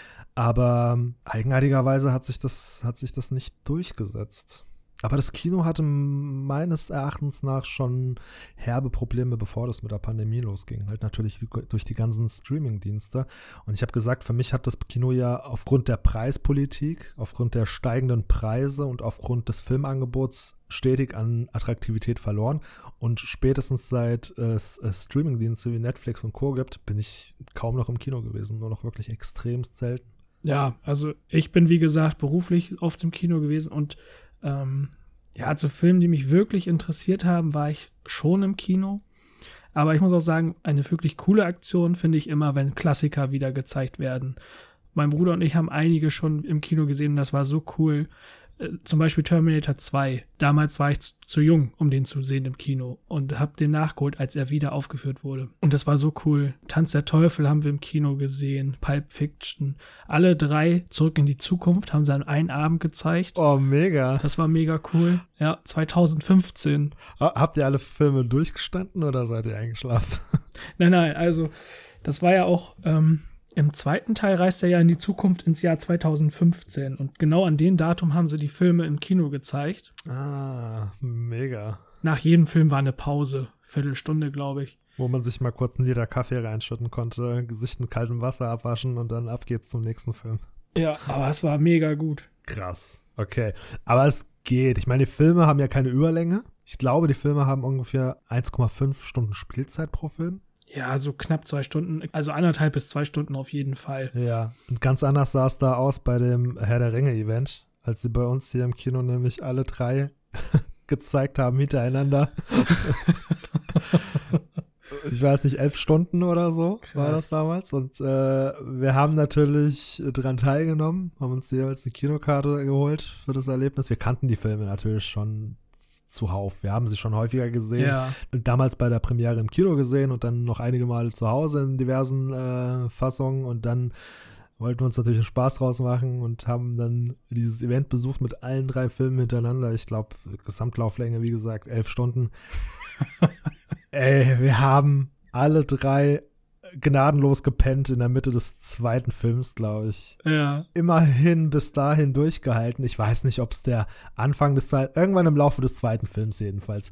Aber eigenartigerweise hat sich das, hat sich das nicht durchgesetzt. Aber das Kino hatte meines Erachtens nach schon herbe Probleme, bevor das mit der Pandemie losging. Halt natürlich durch die ganzen Streaming-Dienste. Und ich habe gesagt, für mich hat das Kino ja aufgrund der Preispolitik, aufgrund der steigenden Preise und aufgrund des Filmangebots stetig an Attraktivität verloren. Und spätestens seit es äh, Streaming-Dienste wie Netflix und Co. gibt, bin ich kaum noch im Kino gewesen. Nur noch wirklich extremst selten. Ja, also ich bin, wie gesagt, beruflich oft im Kino gewesen und ähm, ja, zu Filmen, die mich wirklich interessiert haben, war ich schon im Kino. Aber ich muss auch sagen, eine wirklich coole Aktion finde ich immer, wenn Klassiker wieder gezeigt werden. Mein Bruder und ich haben einige schon im Kino gesehen und das war so cool. Zum Beispiel Terminator zwei. Damals war ich zu, zu jung, um den zu sehen im Kino und habe den nachgeholt, als er wieder aufgeführt wurde. Und das war so cool. Tanz der Teufel haben wir im Kino gesehen, Pulp Fiction. Alle drei Zurück in die Zukunft haben sie an einem Abend gezeigt. Oh, mega. Das war mega cool. Ja, zwanzig fünfzehn. Habt ihr alle Filme durchgestanden oder seid ihr eingeschlafen? Nein, nein, also das war ja auch... Ähm, Im zweiten Teil reist er ja in die Zukunft ins Jahr zwanzig fünfzehn und genau an dem Datum haben sie die Filme im Kino gezeigt. Ah, mega. Nach jedem Film war eine Pause, Viertelstunde, glaube ich. Wo man sich mal kurz einen Liter Kaffee reinschütten konnte, Gesicht mit kaltem Wasser abwaschen und dann ab geht's zum nächsten Film. Ja, aber es war mega gut. Krass, okay. Aber es geht. Ich meine, die Filme haben ja keine Überlänge. Ich glaube, die Filme haben ungefähr eins Komma fünf Stunden Spielzeit pro Film. Ja, so knapp zwei Stunden, also anderthalb bis zwei Stunden auf jeden Fall. Ja, und ganz anders sah es da aus bei dem Herr der Ringe-Event, als sie bei uns hier im Kino nämlich alle drei gezeigt haben hintereinander. Ich weiß nicht, elf Stunden oder so Krass. War das damals. Und äh, wir haben natürlich dran teilgenommen, haben uns jeweils eine Kinokarte geholt für das Erlebnis. Wir kannten die Filme natürlich schon zuhauf. Wir haben sie schon häufiger gesehen. Ja. Damals bei der Premiere im Kino gesehen und dann noch einige Male zu Hause in diversen äh, Fassungen und dann wollten wir uns natürlich einen Spaß draus machen und haben dann dieses Event besucht mit allen drei Filmen hintereinander. Ich glaube, Gesamtlauflänge, wie gesagt, elf Stunden. Ey, wir haben alle drei gnadenlos gepennt in der Mitte des zweiten Films, glaube ich. Ja. Immerhin bis dahin durchgehalten. Ich weiß nicht, ob es der Anfang des zweiten, irgendwann im Laufe des zweiten Films jedenfalls,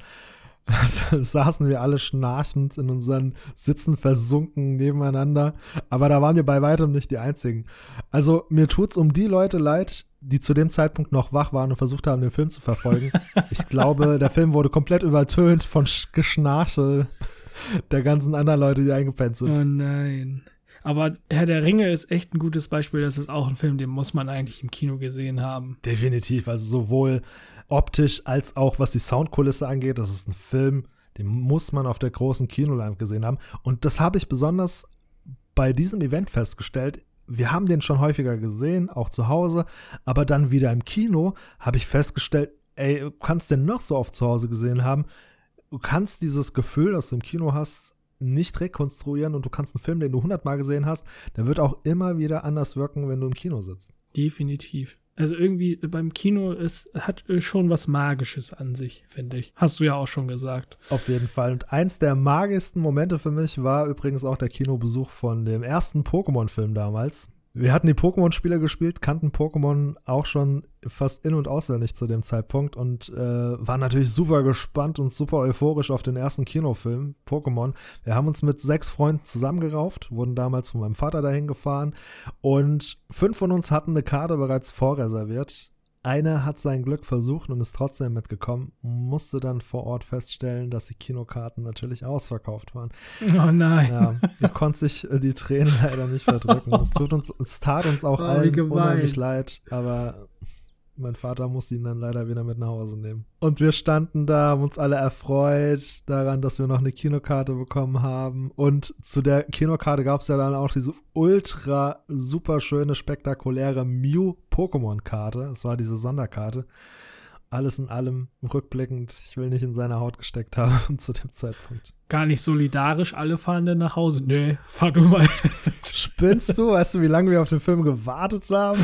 also, saßen wir alle schnarchend in unseren Sitzen versunken nebeneinander. Aber da waren wir bei weitem nicht die Einzigen. Also mir tut's um die Leute leid, die zu dem Zeitpunkt noch wach waren und versucht haben, den Film zu verfolgen. Ich glaube, der Film wurde komplett übertönt von Geschnarchel der ganzen anderen Leute, die eingepennt sind. Oh nein. Aber Herr der Ringe ist echt ein gutes Beispiel. Das ist auch ein Film, den muss man eigentlich im Kino gesehen haben. Definitiv. Also sowohl optisch als auch was die Soundkulisse angeht. Das ist ein Film, den muss man auf der großen Kinoleinwand gesehen haben. Und das habe ich besonders bei diesem Event festgestellt. Wir haben den schon häufiger gesehen, auch zu Hause. Aber dann wieder im Kino habe ich festgestellt, ey, du kannst den noch so oft zu Hause gesehen haben. Du kannst dieses Gefühl, das du im Kino hast, nicht rekonstruieren und du kannst einen Film, den du hundertmal gesehen hast, der wird auch immer wieder anders wirken, wenn du im Kino sitzt. Definitiv. Also irgendwie beim Kino, es hat schon was Magisches an sich, finde ich. Hast du ja auch schon gesagt. Auf jeden Fall. Und eins der magischsten Momente für mich war übrigens auch der Kinobesuch von dem ersten Pokémon-Film damals. Wir hatten die Pokémon-Spiele gespielt, kannten Pokémon auch schon fast in- und auswendig zu dem Zeitpunkt und äh, waren natürlich super gespannt und super euphorisch auf den ersten Kinofilm, Pokémon. Wir haben uns mit sechs Freunden zusammengerauft, wurden damals von meinem Vater dahin gefahren und fünf von uns hatten eine Karte bereits vorreserviert. Einer hat sein Glück versucht und ist trotzdem mitgekommen, musste dann vor Ort feststellen, dass die Kinokarten natürlich ausverkauft waren. Oh nein. Ja, er konnte sich die Tränen leider nicht verdrücken. Es tut uns, es tat uns auch Oh, allen gemein. unheimlich leid, aber mein Vater musste ihn dann leider wieder mit nach Hause nehmen. Und wir standen da, haben uns alle erfreut daran, dass wir noch eine Kinokarte bekommen haben. Und zu der Kinokarte gab es ja dann auch diese ultra super schöne, spektakuläre Mew-Pokémon-Karte. Das war diese Sonderkarte. Alles in allem rückblickend, ich will nicht in seine Haut gesteckt haben zu dem Zeitpunkt. Gar nicht solidarisch, alle fahren dann nach Hause. Nee, fahr du mal. Spinnst du? Weißt du, wie lange wir auf den Film gewartet haben?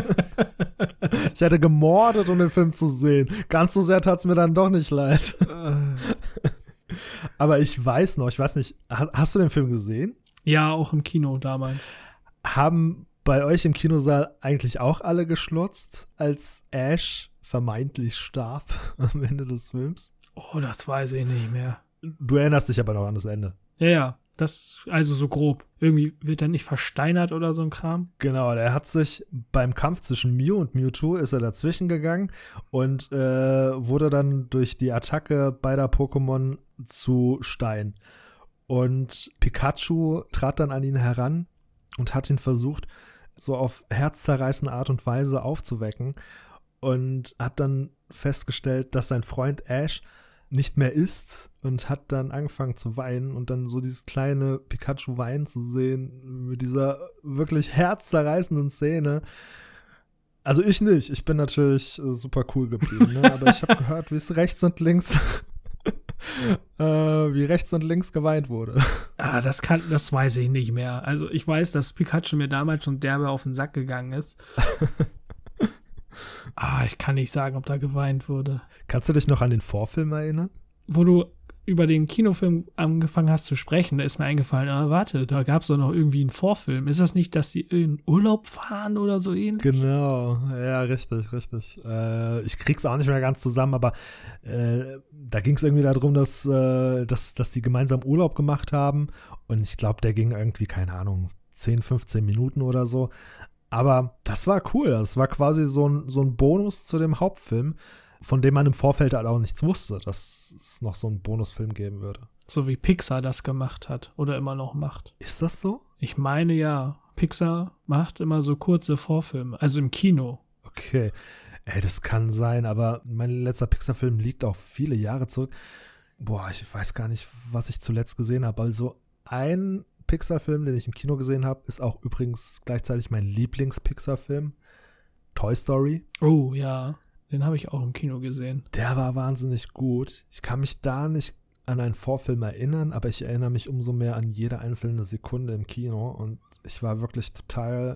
Ich hätte gemordet, um den Film zu sehen. Ganz so sehr tat es mir dann doch nicht leid. Aber ich weiß noch, ich weiß nicht, hast du den Film gesehen? Ja, auch im Kino damals. Haben bei euch im Kinosaal eigentlich auch alle geschlotzt, als Ash vermeintlich starb am Ende des Films? Oh, das weiß ich nicht mehr. Du erinnerst dich aber noch an das Ende. Ja, ja. Das, also so grob. Irgendwie wird er nicht versteinert oder so ein Kram. Genau, der hat sich beim Kampf zwischen Mew und Mewtwo ist er dazwischen gegangen und äh, wurde dann durch die Attacke beider Pokémon zu Stein. Und Pikachu trat dann an ihn heran und hat ihn versucht, so auf herzzerreißende Art und Weise aufzuwecken und hat dann festgestellt, dass sein Freund Ash nicht mehr ist und hat dann angefangen zu weinen und dann so dieses kleine Pikachu weinen zu sehen mit dieser wirklich herzzerreißenden Szene. Also ich nicht, ich bin natürlich äh, super cool geblieben, ne? Aber ich habe gehört, wie es rechts und links äh, wie rechts und links geweint wurde. Ah, das kann, das weiß ich nicht mehr. Also ich weiß, dass Pikachu mir damals schon derbe auf den Sack gegangen ist. Ah, ich kann nicht sagen, ob da geweint wurde. Kannst du dich noch an den Vorfilm erinnern? Wo du über den Kinofilm angefangen hast zu sprechen, da ist mir eingefallen, ah, warte, da gab es doch noch irgendwie einen Vorfilm. Ist das nicht, dass die in Urlaub fahren oder so ähnlich? Genau, ja, richtig, richtig. Äh, ich krieg's auch nicht mehr ganz zusammen, aber äh, da ging es irgendwie darum, dass, äh, dass, dass die gemeinsam Urlaub gemacht haben und ich glaube, der ging irgendwie, keine Ahnung, zehn, fünfzehn Minuten oder so. Aber das war cool. Das war quasi so ein, so ein Bonus zu dem Hauptfilm, von dem man im Vorfeld halt auch nichts wusste, dass es noch so einen Bonusfilm geben würde. So wie Pixar das gemacht hat oder immer noch macht. Ist das so? Ich meine ja, Pixar macht immer so kurze Vorfilme, also im Kino. Okay. Ey, das kann sein, aber mein letzter Pixar-Film liegt auch viele Jahre zurück. Boah, ich weiß gar nicht, was ich zuletzt gesehen habe. Also ein Pixar-Film, den ich im Kino gesehen habe, ist auch übrigens gleichzeitig mein Lieblings-Pixar-Film. Toy Story. Oh, ja. Den habe ich auch im Kino gesehen. Der war wahnsinnig gut. Ich kann mich da nicht an einen Vorfilm erinnern, aber ich erinnere mich umso mehr an jede einzelne Sekunde im Kino und ich war wirklich total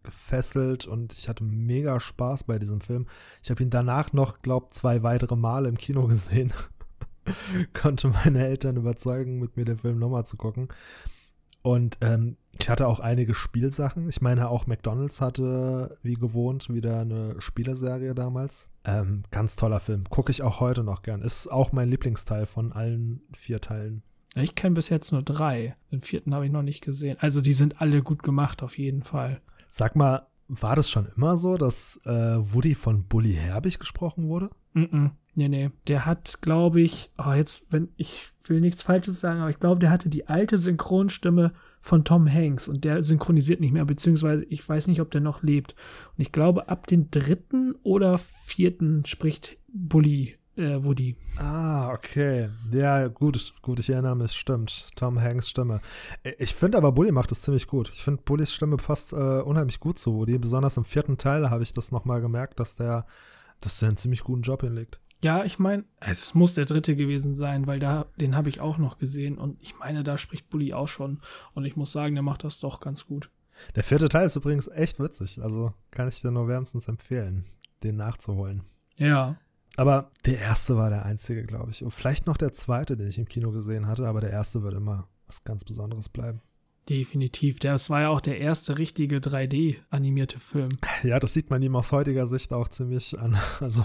gefesselt und ich hatte mega Spaß bei diesem Film. Ich habe ihn danach noch, glaube zwei weitere Male im Kino gesehen. Konnte meine Eltern überzeugen, mit mir den Film nochmal zu gucken. Und ähm, ich hatte auch einige Spielsachen. Ich meine, auch McDonald's hatte, wie gewohnt, wieder eine Spieleserie damals. Ähm, ganz toller Film. Gucke ich auch heute noch gern. Ist auch mein Lieblingsteil von allen vier Teilen. Ich kenne bis jetzt nur drei. Den vierten habe ich noch nicht gesehen. Also die sind alle gut gemacht, auf jeden Fall. Sag mal, war das schon immer so, dass äh, Woody von Bully Herbig gesprochen wurde? Mm-mm. Nee, nee. Der hat, glaube ich, oh, jetzt, wenn ich will nichts Falsches sagen, aber ich glaube, der hatte die alte Synchronstimme von Tom Hanks und der synchronisiert nicht mehr, beziehungsweise ich weiß nicht, ob der noch lebt. Und ich glaube, ab den dritten oder vierten spricht Bully äh, Woody. Ah, okay. Ja, gut, gut, ich erinnere mich, stimmt. Tom Hanks Stimme. Ich finde aber, Bully macht das ziemlich gut. Ich finde, Bullys Stimme passt äh, unheimlich gut zu Woody. Besonders im vierten Teil habe ich das nochmal gemerkt, dass der, dass der einen ziemlich guten Job hinlegt. Ja, ich meine, es muss der dritte gewesen sein, weil da, den habe ich auch noch gesehen und ich meine, da spricht Bully auch schon und ich muss sagen, der macht das doch ganz gut. Der vierte Teil ist übrigens echt witzig, also kann ich dir nur wärmstens empfehlen, den nachzuholen. Ja. Aber der erste war der einzige, glaube ich. Und vielleicht noch der zweite, den ich im Kino gesehen hatte, aber der erste wird immer was ganz Besonderes bleiben. Definitiv. Das war ja auch der erste richtige drei D-animierte Film. Ja, das sieht man ihm aus heutiger Sicht auch ziemlich an. Also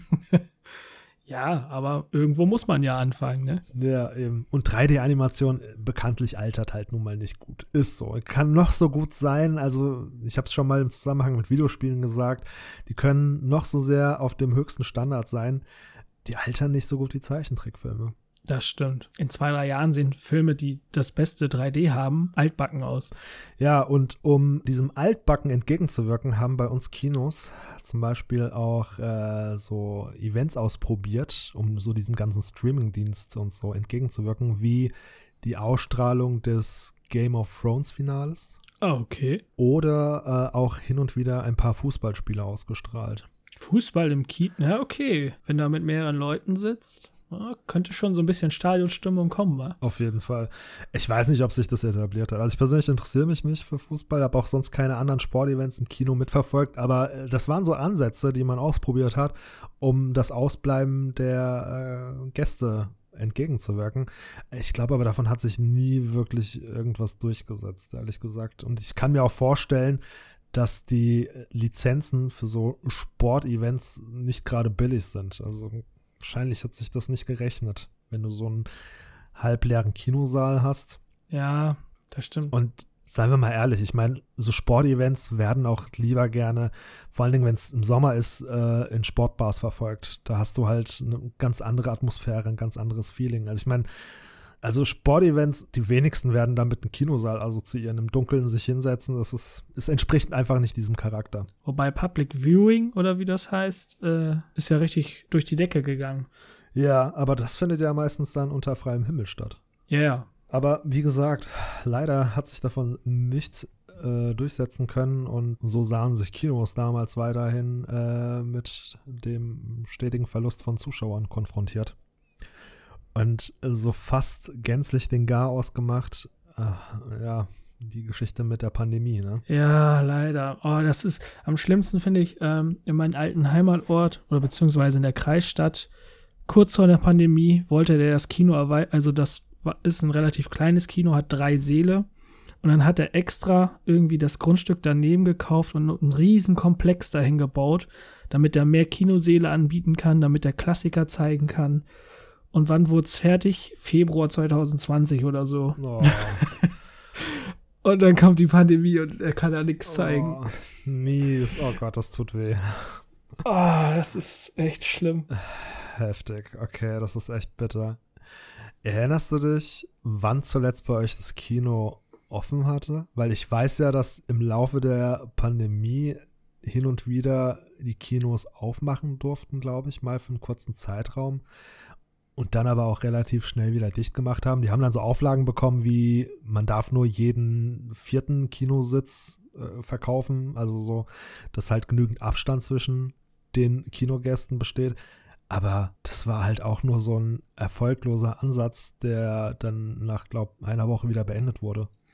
ja, aber irgendwo muss man ja anfangen, ne? Ja, eben. Und drei D-Animation bekanntlich altert halt nun mal nicht gut. Ist so. Kann noch so gut sein. Also ich habe es schon mal im Zusammenhang mit Videospielen gesagt. Die können noch so sehr auf dem höchsten Standard sein. Die altern nicht so gut wie Zeichentrickfilme. Das stimmt. In zwei, drei Jahren sehen Filme, die das beste drei D haben, altbacken aus. Ja, und um diesem Altbacken entgegenzuwirken, haben bei uns Kinos zum Beispiel auch äh, so Events ausprobiert, um so diesem ganzen Streaming-Dienst und so entgegenzuwirken, wie die Ausstrahlung des Game of Thrones Finales. Ah, okay. Oder äh, auch hin und wieder ein paar Fußballspiele ausgestrahlt. Fußball im Kino? Ja, okay. Wenn du mit mehreren Leuten sitzt. Ja, könnte schon so ein bisschen Stadionstimmung kommen, wa? Auf jeden Fall. Ich weiß nicht, ob sich das etabliert hat. Also ich persönlich interessiere mich nicht für Fußball, habe auch sonst keine anderen Sportevents im Kino mitverfolgt, aber äh, das waren so Ansätze, die man ausprobiert hat, um das Ausbleiben der äh, Gäste entgegenzuwirken. Ich glaube aber, davon hat sich nie wirklich irgendwas durchgesetzt, ehrlich gesagt. Und ich kann mir auch vorstellen, dass die Lizenzen für so Sportevents nicht gerade billig sind. Also wahrscheinlich hat sich das nicht gerechnet, wenn du so einen halbleeren Kinosaal hast. Ja, das stimmt. Und seien wir mal ehrlich, ich meine, so Sportevents werden auch lieber gerne, vor allen Dingen, wenn es im Sommer ist, äh, in Sportbars verfolgt. Da hast du halt eine ganz andere Atmosphäre, ein ganz anderes Feeling. Also ich meine, also Sportevents, die wenigsten werden dann mit einem Kinosaal assoziieren, im Dunkeln sich hinsetzen, das ist, es entspricht einfach nicht diesem Charakter. Wobei Public Viewing, oder wie das heißt, äh, ist ja richtig durch die Decke gegangen. Ja, aber das findet ja meistens dann unter freiem Himmel statt. Ja, ja. Aber wie gesagt, leider hat sich davon nichts äh, durchsetzen können und so sahen sich Kinos damals weiterhin äh, mit dem stetigen Verlust von Zuschauern konfrontiert. Und so fast gänzlich den Garaus gemacht, äh, ja, die Geschichte mit der Pandemie, ne? Ja, leider. Oh, das ist am schlimmsten, finde ich, ähm, in meinem alten Heimatort oder beziehungsweise in der Kreisstadt. Kurz vor der Pandemie wollte der das Kino erweitern, also das war, ist ein relativ kleines Kino, hat drei Säle. Und dann hat er extra irgendwie das Grundstück daneben gekauft und einen riesen Komplex dahin gebaut, damit er mehr Kinosäle anbieten kann, damit er Klassiker zeigen kann. Und wann wurde es fertig? Februar zwanzig zwanzig oder so. Oh. Und dann kommt die Pandemie und er kann da nichts zeigen. Oh, mies. Oh Gott, das tut weh. Oh, das ist echt schlimm. Heftig. Okay, das ist echt bitter. Erinnerst du dich, wann zuletzt bei euch das Kino offen hatte? Weil ich weiß ja, dass im Laufe der Pandemie hin und wieder die Kinos aufmachen durften, glaube ich, mal für einen kurzen Zeitraum. Und dann aber auch relativ schnell wieder dicht gemacht haben. Die haben dann so Auflagen bekommen, wie man darf nur jeden vierten Kinositz äh, verkaufen. Also so, dass halt genügend Abstand zwischen den Kinogästen besteht. Aber das war halt auch nur so ein erfolgloser Ansatz, der dann nach, glaube ich, einer Woche wieder beendet wurde.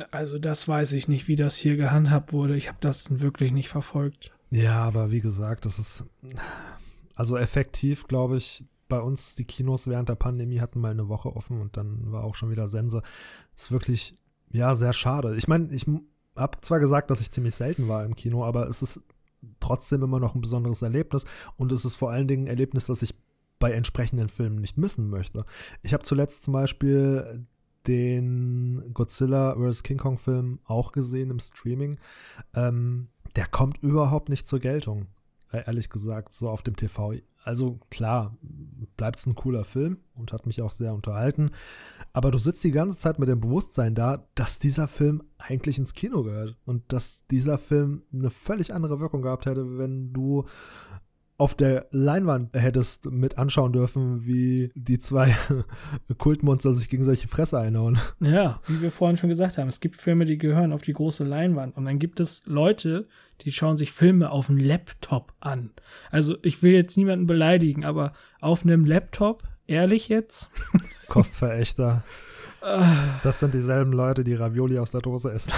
Also das weiß ich nicht, wie das hier gehandhabt wurde. Ich habe das wirklich nicht verfolgt. Ja, aber wie gesagt, das ist also effektiv, glaube ich, bei uns die Kinos während der Pandemie hatten mal eine Woche offen und dann war auch schon wieder Sense. Ist wirklich, ja, sehr schade. Ich meine, ich habe zwar gesagt, dass ich ziemlich selten war im Kino, aber es ist trotzdem immer noch ein besonderes Erlebnis und es ist vor allen Dingen ein Erlebnis, das ich bei entsprechenden Filmen nicht missen möchte. Ich habe zuletzt zum Beispiel den Godzilla versus. King Kong Film auch gesehen im Streaming. Ähm, der kommt überhaupt nicht zur Geltung, ehrlich gesagt, so auf dem T V. Also klar, bleibt es ein cooler Film und hat mich auch sehr unterhalten, aber du sitzt die ganze Zeit mit dem Bewusstsein da, dass dieser Film eigentlich ins Kino gehört und dass dieser Film eine völlig andere Wirkung gehabt hätte, wenn du auf der Leinwand hättest mit anschauen dürfen, wie die zwei Kultmonster sich gegenseitig die Fresse einhauen. Ja, wie wir vorhin schon gesagt haben, es gibt Filme, die gehören auf die große Leinwand und dann gibt es Leute, die schauen sich Filme auf dem Laptop an. Also ich will jetzt niemanden beleidigen, aber auf einem Laptop, ehrlich jetzt? Kostverächter. Das sind dieselben Leute, die Ravioli aus der Dose essen.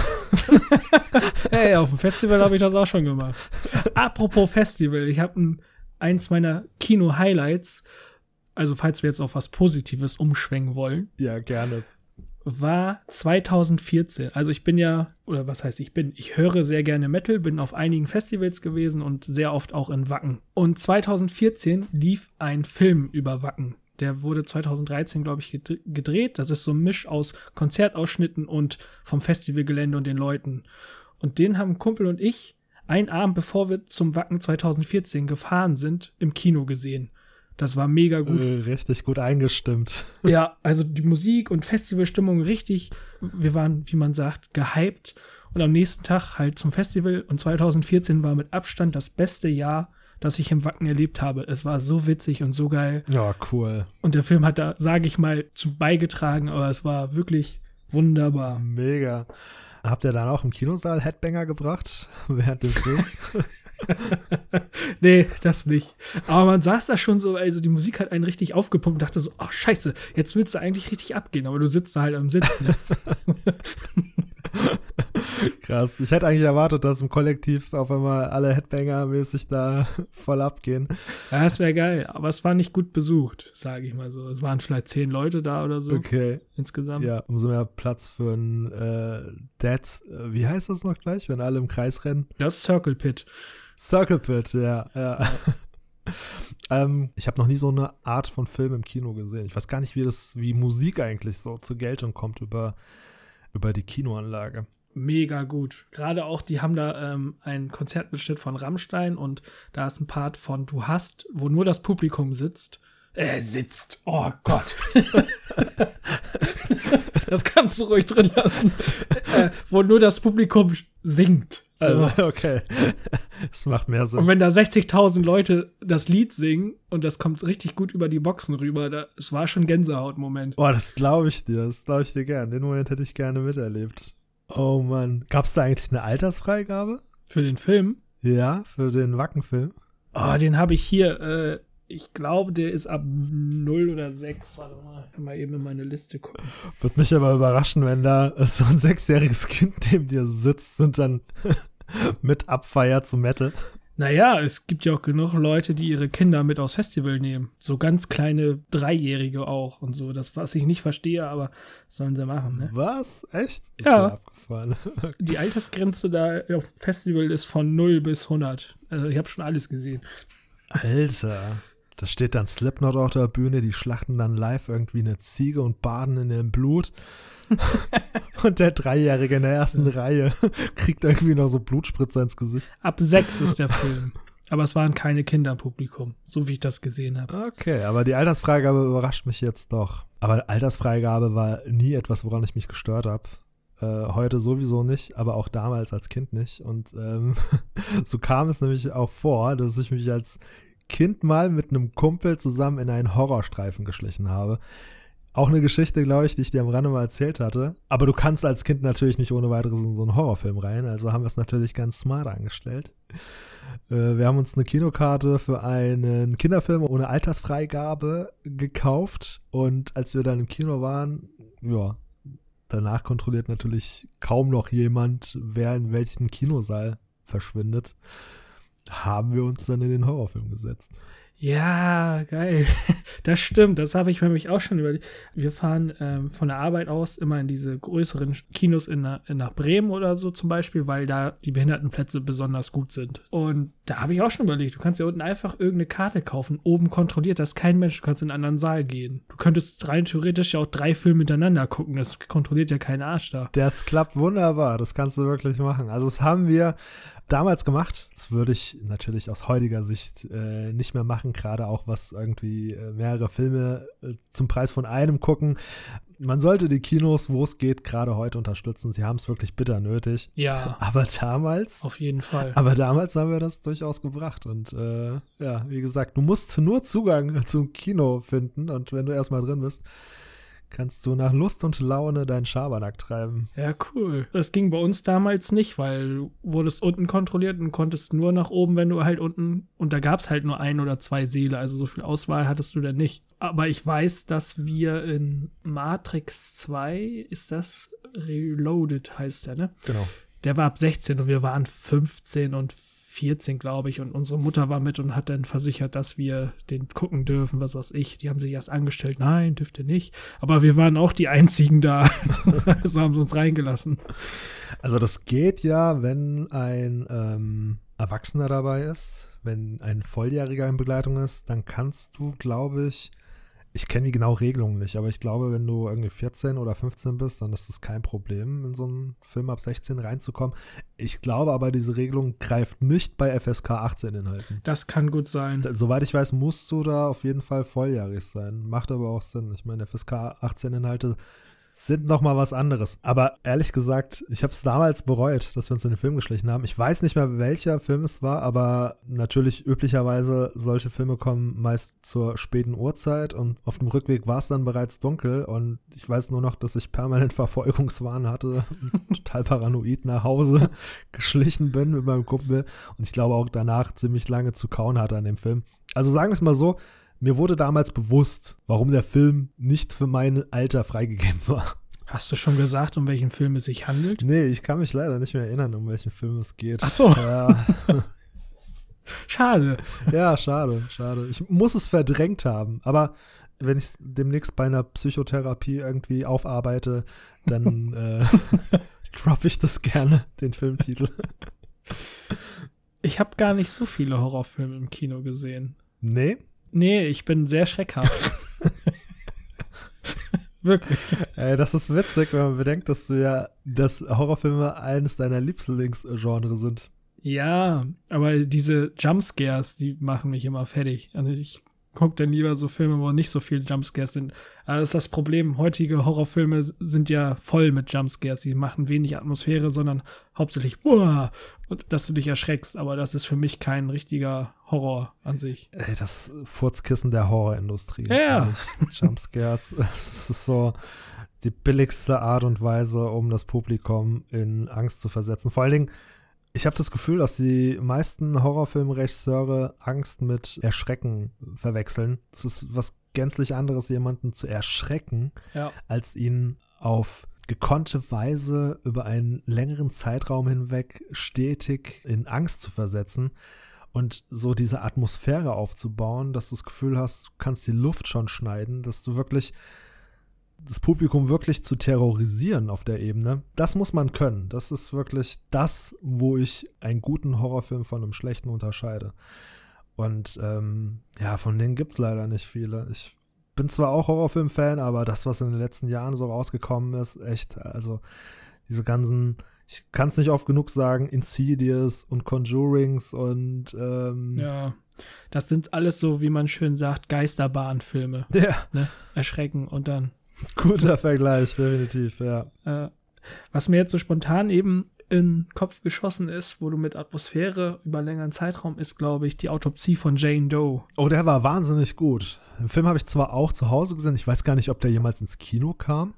Hey, auf dem Festival habe ich das auch schon gemacht. Apropos Festival, ich habe ein, eins meiner Kino-Highlights, also falls wir jetzt auf was Positives umschwenken wollen. Ja, gerne. War zwanzig vierzehn. Also ich bin ja, oder was heißt ich bin, ich höre sehr gerne Metal, bin auf einigen Festivals gewesen und sehr oft auch in Wacken. Und zwanzig vierzehn lief ein Film über Wacken. Der wurde zwanzig dreizehn, glaube ich, gedreht. Das ist so ein Misch aus Konzertausschnitten und vom Festivalgelände und den Leuten. Und den haben Kumpel und ich einen Abend, bevor wir zum Wacken zwanzig vierzehn gefahren sind, im Kino gesehen. Das war mega gut. Äh, richtig gut eingestimmt. Ja, also die Musik und Festivalstimmung richtig, wir waren, wie man sagt, gehypt. Und am nächsten Tag halt zum Festival. Und zwanzig vierzehn war mit Abstand das beste Jahr, das ich im Wacken erlebt habe. Es war so witzig und so geil. Ja, cool. Und der Film hat da, sage ich mal, zu beigetragen, aber es war wirklich wunderbar. Mega. Habt ihr dann auch im Kinosaal Headbanger gebracht während dem Film? Nee, das nicht. Aber man saß da schon so, also die Musik hat einen richtig aufgepumpt und dachte so, oh scheiße, jetzt willst du eigentlich richtig abgehen, aber du sitzt da halt am Sitzen. Krass. Ich hätte eigentlich erwartet, dass im Kollektiv auf einmal alle Headbanger-mäßig da voll abgehen. Ja, das wäre geil, aber es war nicht gut besucht, sage ich mal so. Es waren vielleicht zehn Leute da oder so. Okay. Insgesamt. Ja, umso mehr Platz für ein äh, Dead, wie heißt das noch gleich, wenn alle im Kreis rennen? Das Circle Pit. Circle Pit, ja, ja. ähm, ich habe noch nie so eine Art von Film im Kino gesehen. Ich weiß gar nicht, wie das, wie Musik eigentlich so zur Geltung kommt über, über die Kinoanlage. Mega gut. Gerade auch, die haben da ähm, einen Konzertmitschnitt von Rammstein und da ist ein Part von Du hast, wo nur das Publikum sitzt. Äh, sitzt. Oh Gott. Das kannst du ruhig drin lassen. Äh, wo nur das Publikum singt. So. Also, okay. Das macht mehr Sinn. Und wenn da sechzigtausend Leute das Lied singen und das kommt richtig gut über die Boxen rüber, da, es war schon Gänsehaut-Moment. Boah, das glaube ich dir. Das glaube ich dir gern. Den Moment hätte ich gerne miterlebt. Oh Mann. Gab es da eigentlich eine Altersfreigabe? Für den Film? Ja, für den Wacken-Film. Oh, den habe ich hier. Äh, ich glaube, der ist ab null oder sechs. Warte mal, ich kann mal eben in meine Liste gucken. Würde mich aber überraschen, wenn da so ein sechsjähriges Kind neben dir sitzt und dann mit abfeiert zum Metal. Naja, es gibt ja auch genug Leute, die ihre Kinder mit aufs Festival nehmen. So ganz kleine Dreijährige auch und so. Das, was ich nicht verstehe, aber sollen sie machen, ne? Was? Echt? Ist ja. Abgefahren. Die Altersgrenze da auf dem Festival ist von null bis hundert. Also ich habe schon alles gesehen. Alter. Da steht dann Slipknot auf der Bühne, die schlachten dann live irgendwie eine Ziege und baden in dem Blut. Und der Dreijährige in der ersten Reihe kriegt irgendwie noch so Blutspritzer ins Gesicht. Ab sechs ist der Film. Aber es waren keine Kinder im Publikum, so wie ich das gesehen habe. Okay, aber die Altersfreigabe überrascht mich jetzt doch. Aber Altersfreigabe war nie etwas, woran ich mich gestört habe. Äh, heute sowieso nicht, aber auch damals als Kind nicht. Und ähm, so kam es nämlich auch vor, dass ich mich als Kind mal mit einem Kumpel zusammen in einen Horrorstreifen geschlichen habe. Auch eine Geschichte, glaube ich, die ich dir am Rande mal erzählt hatte. Aber du kannst als Kind natürlich nicht ohne weiteres in so einen Horrorfilm rein. Also haben wir es natürlich ganz smart angestellt. Äh, wir haben uns eine Kinokarte für einen Kinderfilm ohne Altersfreigabe gekauft. Und als wir dann im Kino waren, ja, danach kontrolliert natürlich kaum noch jemand, wer in welchen Kinosaal verschwindet, haben wir uns dann in den Horrorfilm gesetzt. Ja, geil. Das stimmt, das habe ich für mich auch schon überlegt. Wir fahren ähm, von der Arbeit aus immer in diese größeren Kinos in, in nach Bremen oder so zum Beispiel, weil da die Behindertenplätze besonders gut sind. Und da habe ich auch schon überlegt, du kannst ja unten einfach irgendeine Karte kaufen, oben kontrolliert das kein Mensch, du kannst in einen anderen Saal gehen. Du könntest rein theoretisch ja auch drei Filme miteinander gucken, das kontrolliert ja kein Arsch da. Das klappt wunderbar, das kannst du wirklich machen. Also das haben wir damals gemacht. Das würde ich natürlich aus heutiger Sicht äh, nicht mehr machen, gerade auch was irgendwie äh, mehrere Filme äh, zum Preis von einem gucken. Man sollte die Kinos, wo es geht, gerade heute unterstützen. Sie haben es wirklich bitter nötig. Ja. Aber damals. Auf jeden Fall. Aber damals haben wir das durchaus gebracht. Und äh, ja, wie gesagt, du musst nur Zugang zum Kino finden. Und wenn du erstmal drin bist, kannst du nach Lust und Laune deinen Schabernack treiben. Ja, cool. Das ging bei uns damals nicht, weil du wurdest unten kontrolliert und konntest nur nach oben, wenn du halt unten, und da gab es halt nur ein oder zwei Säle, also so viel Auswahl hattest du dann nicht. Aber ich weiß, dass wir in Matrix zwei, ist das Reloaded, heißt der, ne? Genau. Der war ab sechzehn und wir waren fünfzehn und vierzehn, glaube ich, und unsere Mutter war mit und hat dann versichert, dass wir den gucken dürfen, was weiß ich. Die haben sich erst angestellt, nein, dürft ihr nicht. Aber wir waren auch die Einzigen da. So haben sie uns reingelassen. Also das geht ja, wenn ein ähm, Erwachsener dabei ist, wenn ein Volljähriger in Begleitung ist, dann kannst du, glaube ich, ich kenne die genaue Regelung nicht, aber ich glaube, wenn du irgendwie vierzehn oder fünfzehn bist, dann ist das kein Problem, in so einen Film ab sechzehn reinzukommen. Ich glaube aber, diese Regelung greift nicht bei F S K achtzehn Inhalten. Das kann gut sein. Da, soweit ich weiß, musst du da auf jeden Fall volljährig sein. Macht aber auch Sinn. Ich meine, F S K achtzehn Inhalte sind noch mal was anderes. Aber ehrlich gesagt, ich habe es damals bereut, dass wir uns in den Film geschlichen haben. Ich weiß nicht mehr, welcher Film es war, aber natürlich üblicherweise solche Filme kommen meist zur späten Uhrzeit und auf dem Rückweg war es dann bereits dunkel und ich weiß nur noch, dass ich permanent Verfolgungswahn hatte und total paranoid nach Hause geschlichen bin mit meinem Kumpel und ich glaube auch danach ziemlich lange zu kauen hatte an dem Film. Also sagen wir es mal so, mir wurde damals bewusst, warum der Film nicht für mein Alter freigegeben war. Hast du schon gesagt, um welchen Film es sich handelt? Nee, ich kann mich leider nicht mehr erinnern, um welchen Film es geht. Ach so. Ja. Schade. Ja, schade, schade. Ich muss es verdrängt haben, aber wenn ich demnächst bei einer Psychotherapie irgendwie aufarbeite, dann äh, droppe ich das gerne, den Filmtitel. Ich habe gar nicht so viele Horrorfilme im Kino gesehen. Nee? Nee, ich bin sehr schreckhaft. Wirklich. Ey, das ist witzig, wenn man bedenkt, dass du ja, dass Horrorfilme eines deiner Lieblingsgenres sind. Ja, aber diese Jumpscares, die machen mich immer fertig. Also ich gucke dann lieber so Filme, wo nicht so viele Jumpscares sind. Aber das ist das Problem. Heutige Horrorfilme sind ja voll mit Jumpscares. Die machen wenig Atmosphäre, sondern hauptsächlich, boah, und dass du dich erschreckst. Aber das ist für mich kein richtiger Horror an sich. Ey, das Furzkissen der Horrorindustrie. Ja. Jumpscares, das ist so die billigste Art und Weise, um das Publikum in Angst zu versetzen. Vor allen Dingen, ich habe das Gefühl, dass die meisten Horrorfilmregisseure Angst mit Erschrecken verwechseln. Es ist was gänzlich anderes, jemanden zu erschrecken, ja, als ihn auf gekonnte Weise über einen längeren Zeitraum hinweg stetig in Angst zu versetzen und so diese Atmosphäre aufzubauen, dass du das Gefühl hast, du kannst die Luft schon schneiden, dass du wirklich das Publikum wirklich zu terrorisieren auf der Ebene, das muss man können. Das ist wirklich das, wo ich einen guten Horrorfilm von einem schlechten unterscheide. Und ähm, ja, von denen gibt es leider nicht viele. Ich bin zwar auch Horrorfilm-Fan, aber das, was in den letzten Jahren so rausgekommen ist, echt, also diese ganzen, ich kann es nicht oft genug sagen, Insidious und Conjurings und ähm, ja, das sind alles so, wie man schön sagt, Geisterbahnfilme. Ja. Ne? Erschrecken und dann guter Vergleich, definitiv, ja. Äh, was mir jetzt so spontan eben in den Kopf geschossen ist, wo du mit Atmosphäre über einen längeren Zeitraum ist, glaube ich, die Autopsie von Jane Doe. Oh, der war wahnsinnig gut. Den Film habe ich zwar auch zu Hause gesehen, ich weiß gar nicht, ob der jemals ins Kino kam,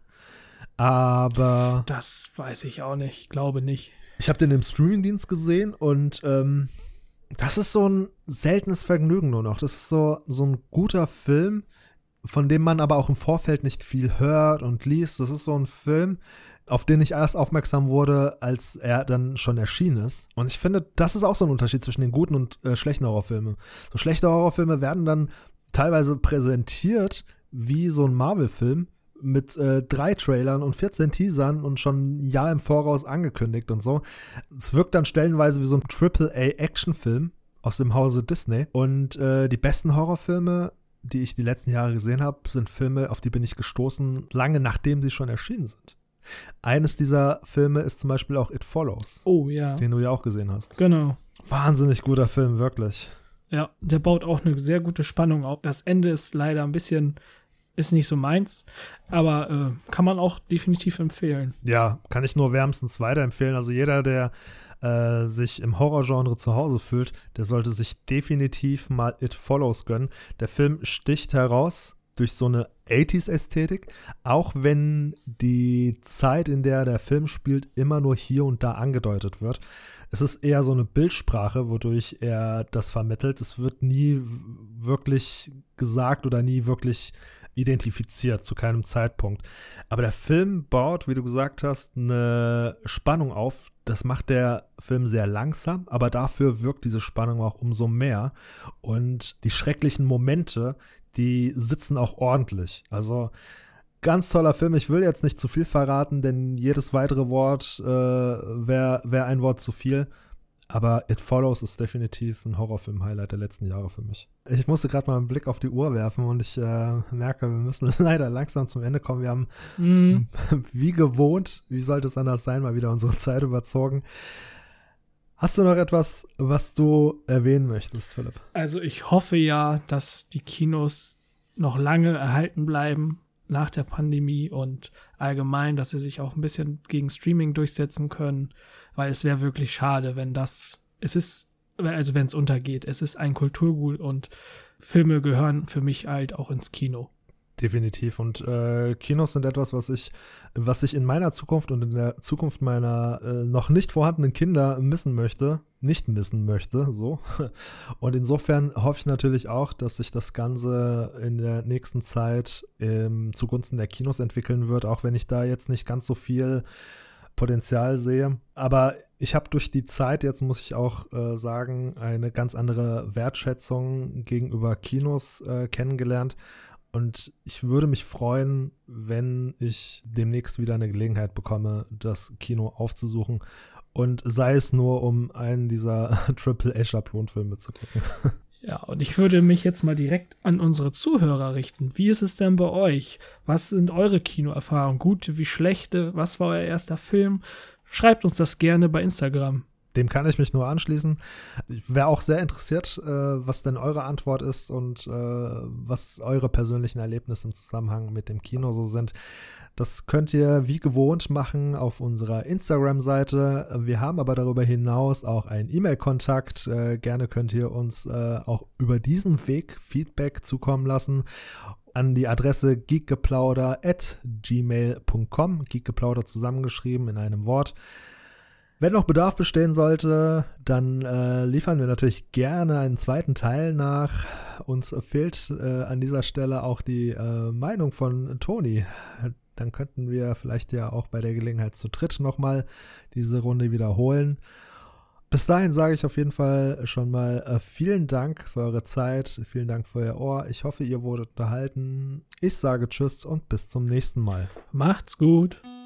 aber das weiß ich auch nicht, ich glaube nicht. Ich habe den im Streamingdienst gesehen und ähm, das ist so ein seltenes Vergnügen nur noch. Das ist so, so ein guter Film, von dem man aber auch im Vorfeld nicht viel hört und liest. Das ist so ein Film, auf den ich erst aufmerksam wurde, als er dann schon erschienen ist. Und ich finde, das ist auch so ein Unterschied zwischen den guten und äh, schlechten Horrorfilmen. So schlechte Horrorfilme werden dann teilweise präsentiert wie so ein Marvel-Film mit äh, drei Trailern und vierzehn Teasern und schon ein Jahr im Voraus angekündigt und so. Es wirkt dann stellenweise wie so ein Triple A Actionfilm aus dem Hause Disney. Und äh, die besten Horrorfilme, die ich die letzten Jahre gesehen habe, sind Filme, auf die bin ich gestoßen, lange nachdem sie schon erschienen sind. Eines dieser Filme ist zum Beispiel auch It Follows. Oh ja. Den du ja auch gesehen hast. Genau. Wahnsinnig guter Film, wirklich. Ja, der baut auch eine sehr gute Spannung auf. Das Ende ist leider ein bisschen, ist nicht so meins, aber äh, kann man auch definitiv empfehlen. Ja, kann ich nur wärmstens weiterempfehlen. Also jeder, der äh, sich im Horrorgenre zu Hause fühlt, der sollte sich definitiv mal It Follows gönnen. Der Film sticht heraus durch so eine achtziger-Ästhetik, auch wenn die Zeit, in der der Film spielt, immer nur hier und da angedeutet wird. Es ist eher so eine Bildsprache, wodurch er das vermittelt. Es wird nie wirklich gesagt oder nie wirklich identifiziert, zu keinem Zeitpunkt. Aber der Film baut, wie du gesagt hast, eine Spannung auf. Das macht der Film sehr langsam, aber dafür wirkt diese Spannung auch umso mehr. Und die schrecklichen Momente, die sitzen auch ordentlich. Also ganz toller Film. Ich will jetzt nicht zu viel verraten, denn jedes weitere Wort äh, wäre wär ein Wort zu viel. Aber It Follows ist definitiv ein Horrorfilm-Highlight der letzten Jahre für mich. Ich musste gerade mal einen Blick auf die Uhr werfen und ich äh, merke, wir müssen leider langsam zum Ende kommen. Wir haben, mm. wie gewohnt, wie sollte es anders sein, mal wieder unsere Zeit überzogen. Hast du noch etwas, was du erwähnen möchtest, Philipp? Also ich hoffe ja, dass die Kinos noch lange erhalten bleiben nach der Pandemie und allgemein, dass sie sich auch ein bisschen gegen Streaming durchsetzen können, weil es wäre wirklich schade, wenn das, es ist, also wenn es untergeht. Es ist ein Kulturgut und Filme gehören für mich halt auch ins Kino. Definitiv. Und äh, Kinos sind etwas, was ich, was ich in meiner Zukunft und in der Zukunft meiner äh, noch nicht vorhandenen Kinder missen möchte, nicht missen möchte, so. Und insofern hoffe ich natürlich auch, dass sich das Ganze in der nächsten Zeit ähm, zugunsten der Kinos entwickeln wird, auch wenn ich da jetzt nicht ganz so viel Potenzial sehe. Aber ich habe durch die Zeit, jetzt muss ich auch äh, sagen, eine ganz andere Wertschätzung gegenüber Kinos äh, kennengelernt. Und ich würde mich freuen, wenn ich demnächst wieder eine Gelegenheit bekomme, das Kino aufzusuchen. Und sei es nur, um einen dieser Triple A-Schablonfilme zu gucken. Ja, und ich würde mich jetzt mal direkt an unsere Zuhörer richten. Wie ist es denn bei euch? Was sind eure Kinoerfahrungen? Gute wie schlechte? Was war euer erster Film? Schreibt uns das gerne bei Instagram. Dem kann ich mich nur anschließen. Ich wäre auch sehr interessiert, äh, was denn eure Antwort ist und äh, was eure persönlichen Erlebnisse im Zusammenhang mit dem Kino so sind. Das könnt ihr wie gewohnt machen auf unserer Instagram-Seite. Wir haben aber darüber hinaus auch einen E-Mail-Kontakt. Äh, gerne könnt ihr uns äh, auch über diesen Weg Feedback zukommen lassen an die Adresse geekgeplauder at gmail punkt com. Geekgeplauder zusammengeschrieben in einem Wort. Wenn noch Bedarf bestehen sollte, dann äh, liefern wir natürlich gerne einen zweiten Teil nach. Uns fehlt äh, an dieser Stelle auch die äh, Meinung von Toni. Dann könnten wir vielleicht ja auch bei der Gelegenheit zu dritt nochmal diese Runde wiederholen. Bis dahin sage ich auf jeden Fall schon mal äh, vielen Dank für eure Zeit, vielen Dank für euer Ohr. Ich hoffe, ihr wurdet unterhalten. Ich sage Tschüss und bis zum nächsten Mal. Macht's gut.